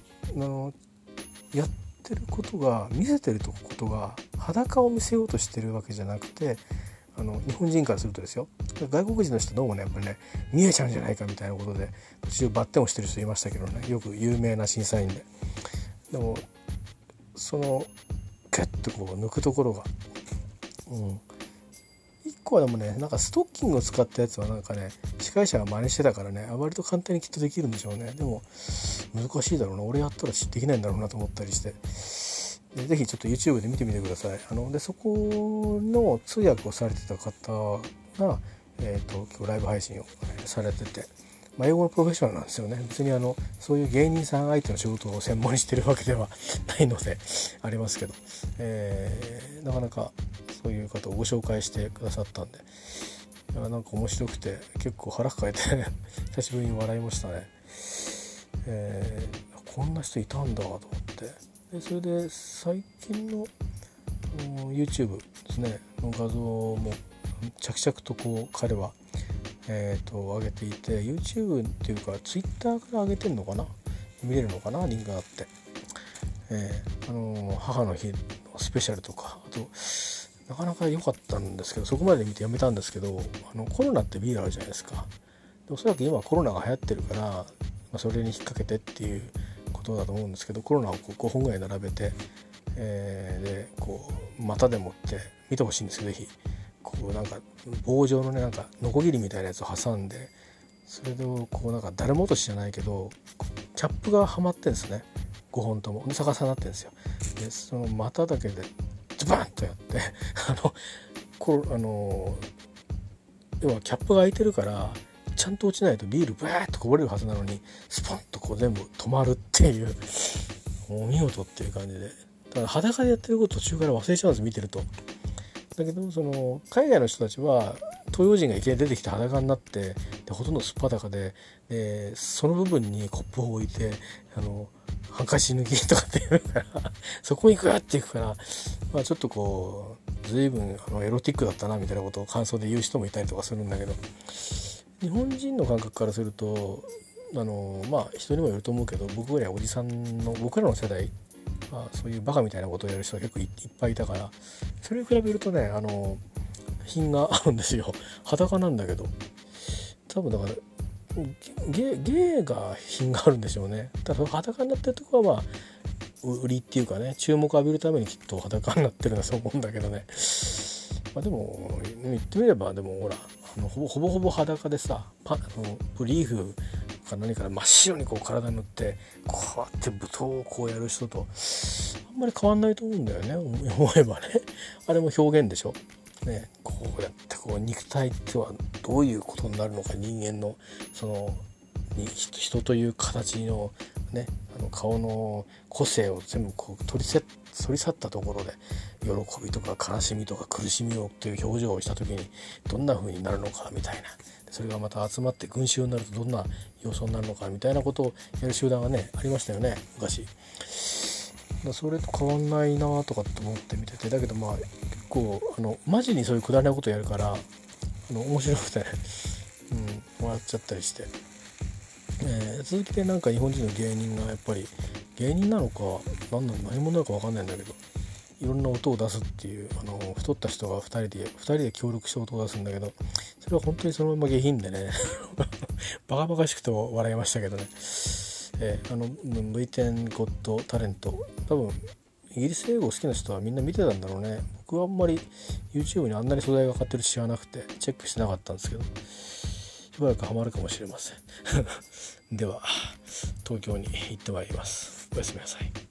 やってることが見せてることが裸を見せようとしてるわけじゃなくて、日本人からするとですよ、外国人の人どうもねやっぱりね見えちゃうんじゃないかみたいなことで途中バッテンをしてる人いましたけどね、よく有名な審査員で。でもそのガッとこう抜くところが、一個はでもねなんかストッキングを使ったやつはなんかね司会者が真似してたからね、割と簡単にきっとできるんでしょうね。でも難しいだろうな、俺やったらできないんだろうなと思ったりして、ぜひちょっと YouTube で見てみてください。でそこの通訳をされてた方が、今日ライブ配信をされてて、英語のプロフェッショナルなんですよね。別にそういう芸人さん相手の仕事を専門にしてるわけではないのでありますけど、なかなかそういう方をご紹介してくださったんで、なんか面白くて結構腹抱えて久しぶりに笑いましたね。こんな人いたんだと思って、でそれで最近の YouTube ですねの画像も着々とこう彼は上げていて、 YouTube っていうか Twitter から上げてるのかな、見れるのかな、リンクがあって、母の日のスペシャルとか、あとなかなか良かったんですけど、そこまで見てやめたんですけど、コロナってビールあるじゃないですか。でおそらく今コロナが流行ってるから、それに引っ掛けてっていうことだと思うんですけど、コロナをこう5本ぐらい並べて、でこう股でもって見てほしいんですよ、ぜひ。こうなんか棒状のねなんかノコギリみたいなやつを挟んで、それでこうなんか誰も落としじゃないけどキャップがはまってるんですね、5本ともで逆さになってるんですよ。でその股だけでズバンとやって要はキャップが開いてるからちゃんと落ちないとビールブワーッとこぼれるはずなのにスポンとこう全部止まるっていう、お見事っていう感じで、だから裸でやってること途中から忘れちゃうんです、見てると。だけどその海外の人たちは東洋人がいきなり出てきて裸になって、でほとんどすっぱだかで、その部分にコップを置いてハンカチ抜きとかっていうからそこにグワッていくから、ちょっとこう随分エロティックだったなみたいなことを感想で言う人もいたりとかするんだけど、日本人の感覚からすると人にもよると思うけど、僕らおじさんの僕らの世代そういうバカみたいなことをやる人が結構いっぱいいたから、それに比べるとね品があるんですよ。裸なんだけど、多分だから芸が品があるんでしょうね。ただ裸になってるとこは売りっていうかね、注目を浴びるためにきっと裸になってるんだと思うんだけどね。でも言ってみれば、でもほらほぼほぼ裸でさ、ブリーフか何から真っ白にこう体に塗ってこうやって舞踏をこうやる人とあんまり変わんないと思うんだよね、思えばね。あれも表現でしょ、ね、こうやってこう肉体ってはどういうことになるのか、人間のその人という形のね顔の個性を全部こう取り去ったところで喜びとか悲しみとか苦しみをという表情をした時にどんな風になるのかみたいな、それがまた集まって群衆になるとどんな様相になるのかみたいなことをやる集団がねありましたよね、昔。それと変わんないなとかって思って見てて、だけど結構マジにそういうくだらないことやるから面白くてね、笑っちゃったりして、続きでなんか日本人の芸人がやっぱり芸人なのか何者なのか分かんないんだけどいろんな音を出すっていう太った人が2人で協力して音を出すんだけど、それは本当にそのまま下品でねバカバカしくて笑いましたけどね。V10 ゴッドタレント、多分イギリス英語好きな人はみんな見てたんだろうね。僕はあんまり YouTube にあんなに素材がかかってる知らなくてチェックしてなかったんですけど、しばらくハマるかもしれませんでは東京に行ってまいります。おやすみなさい。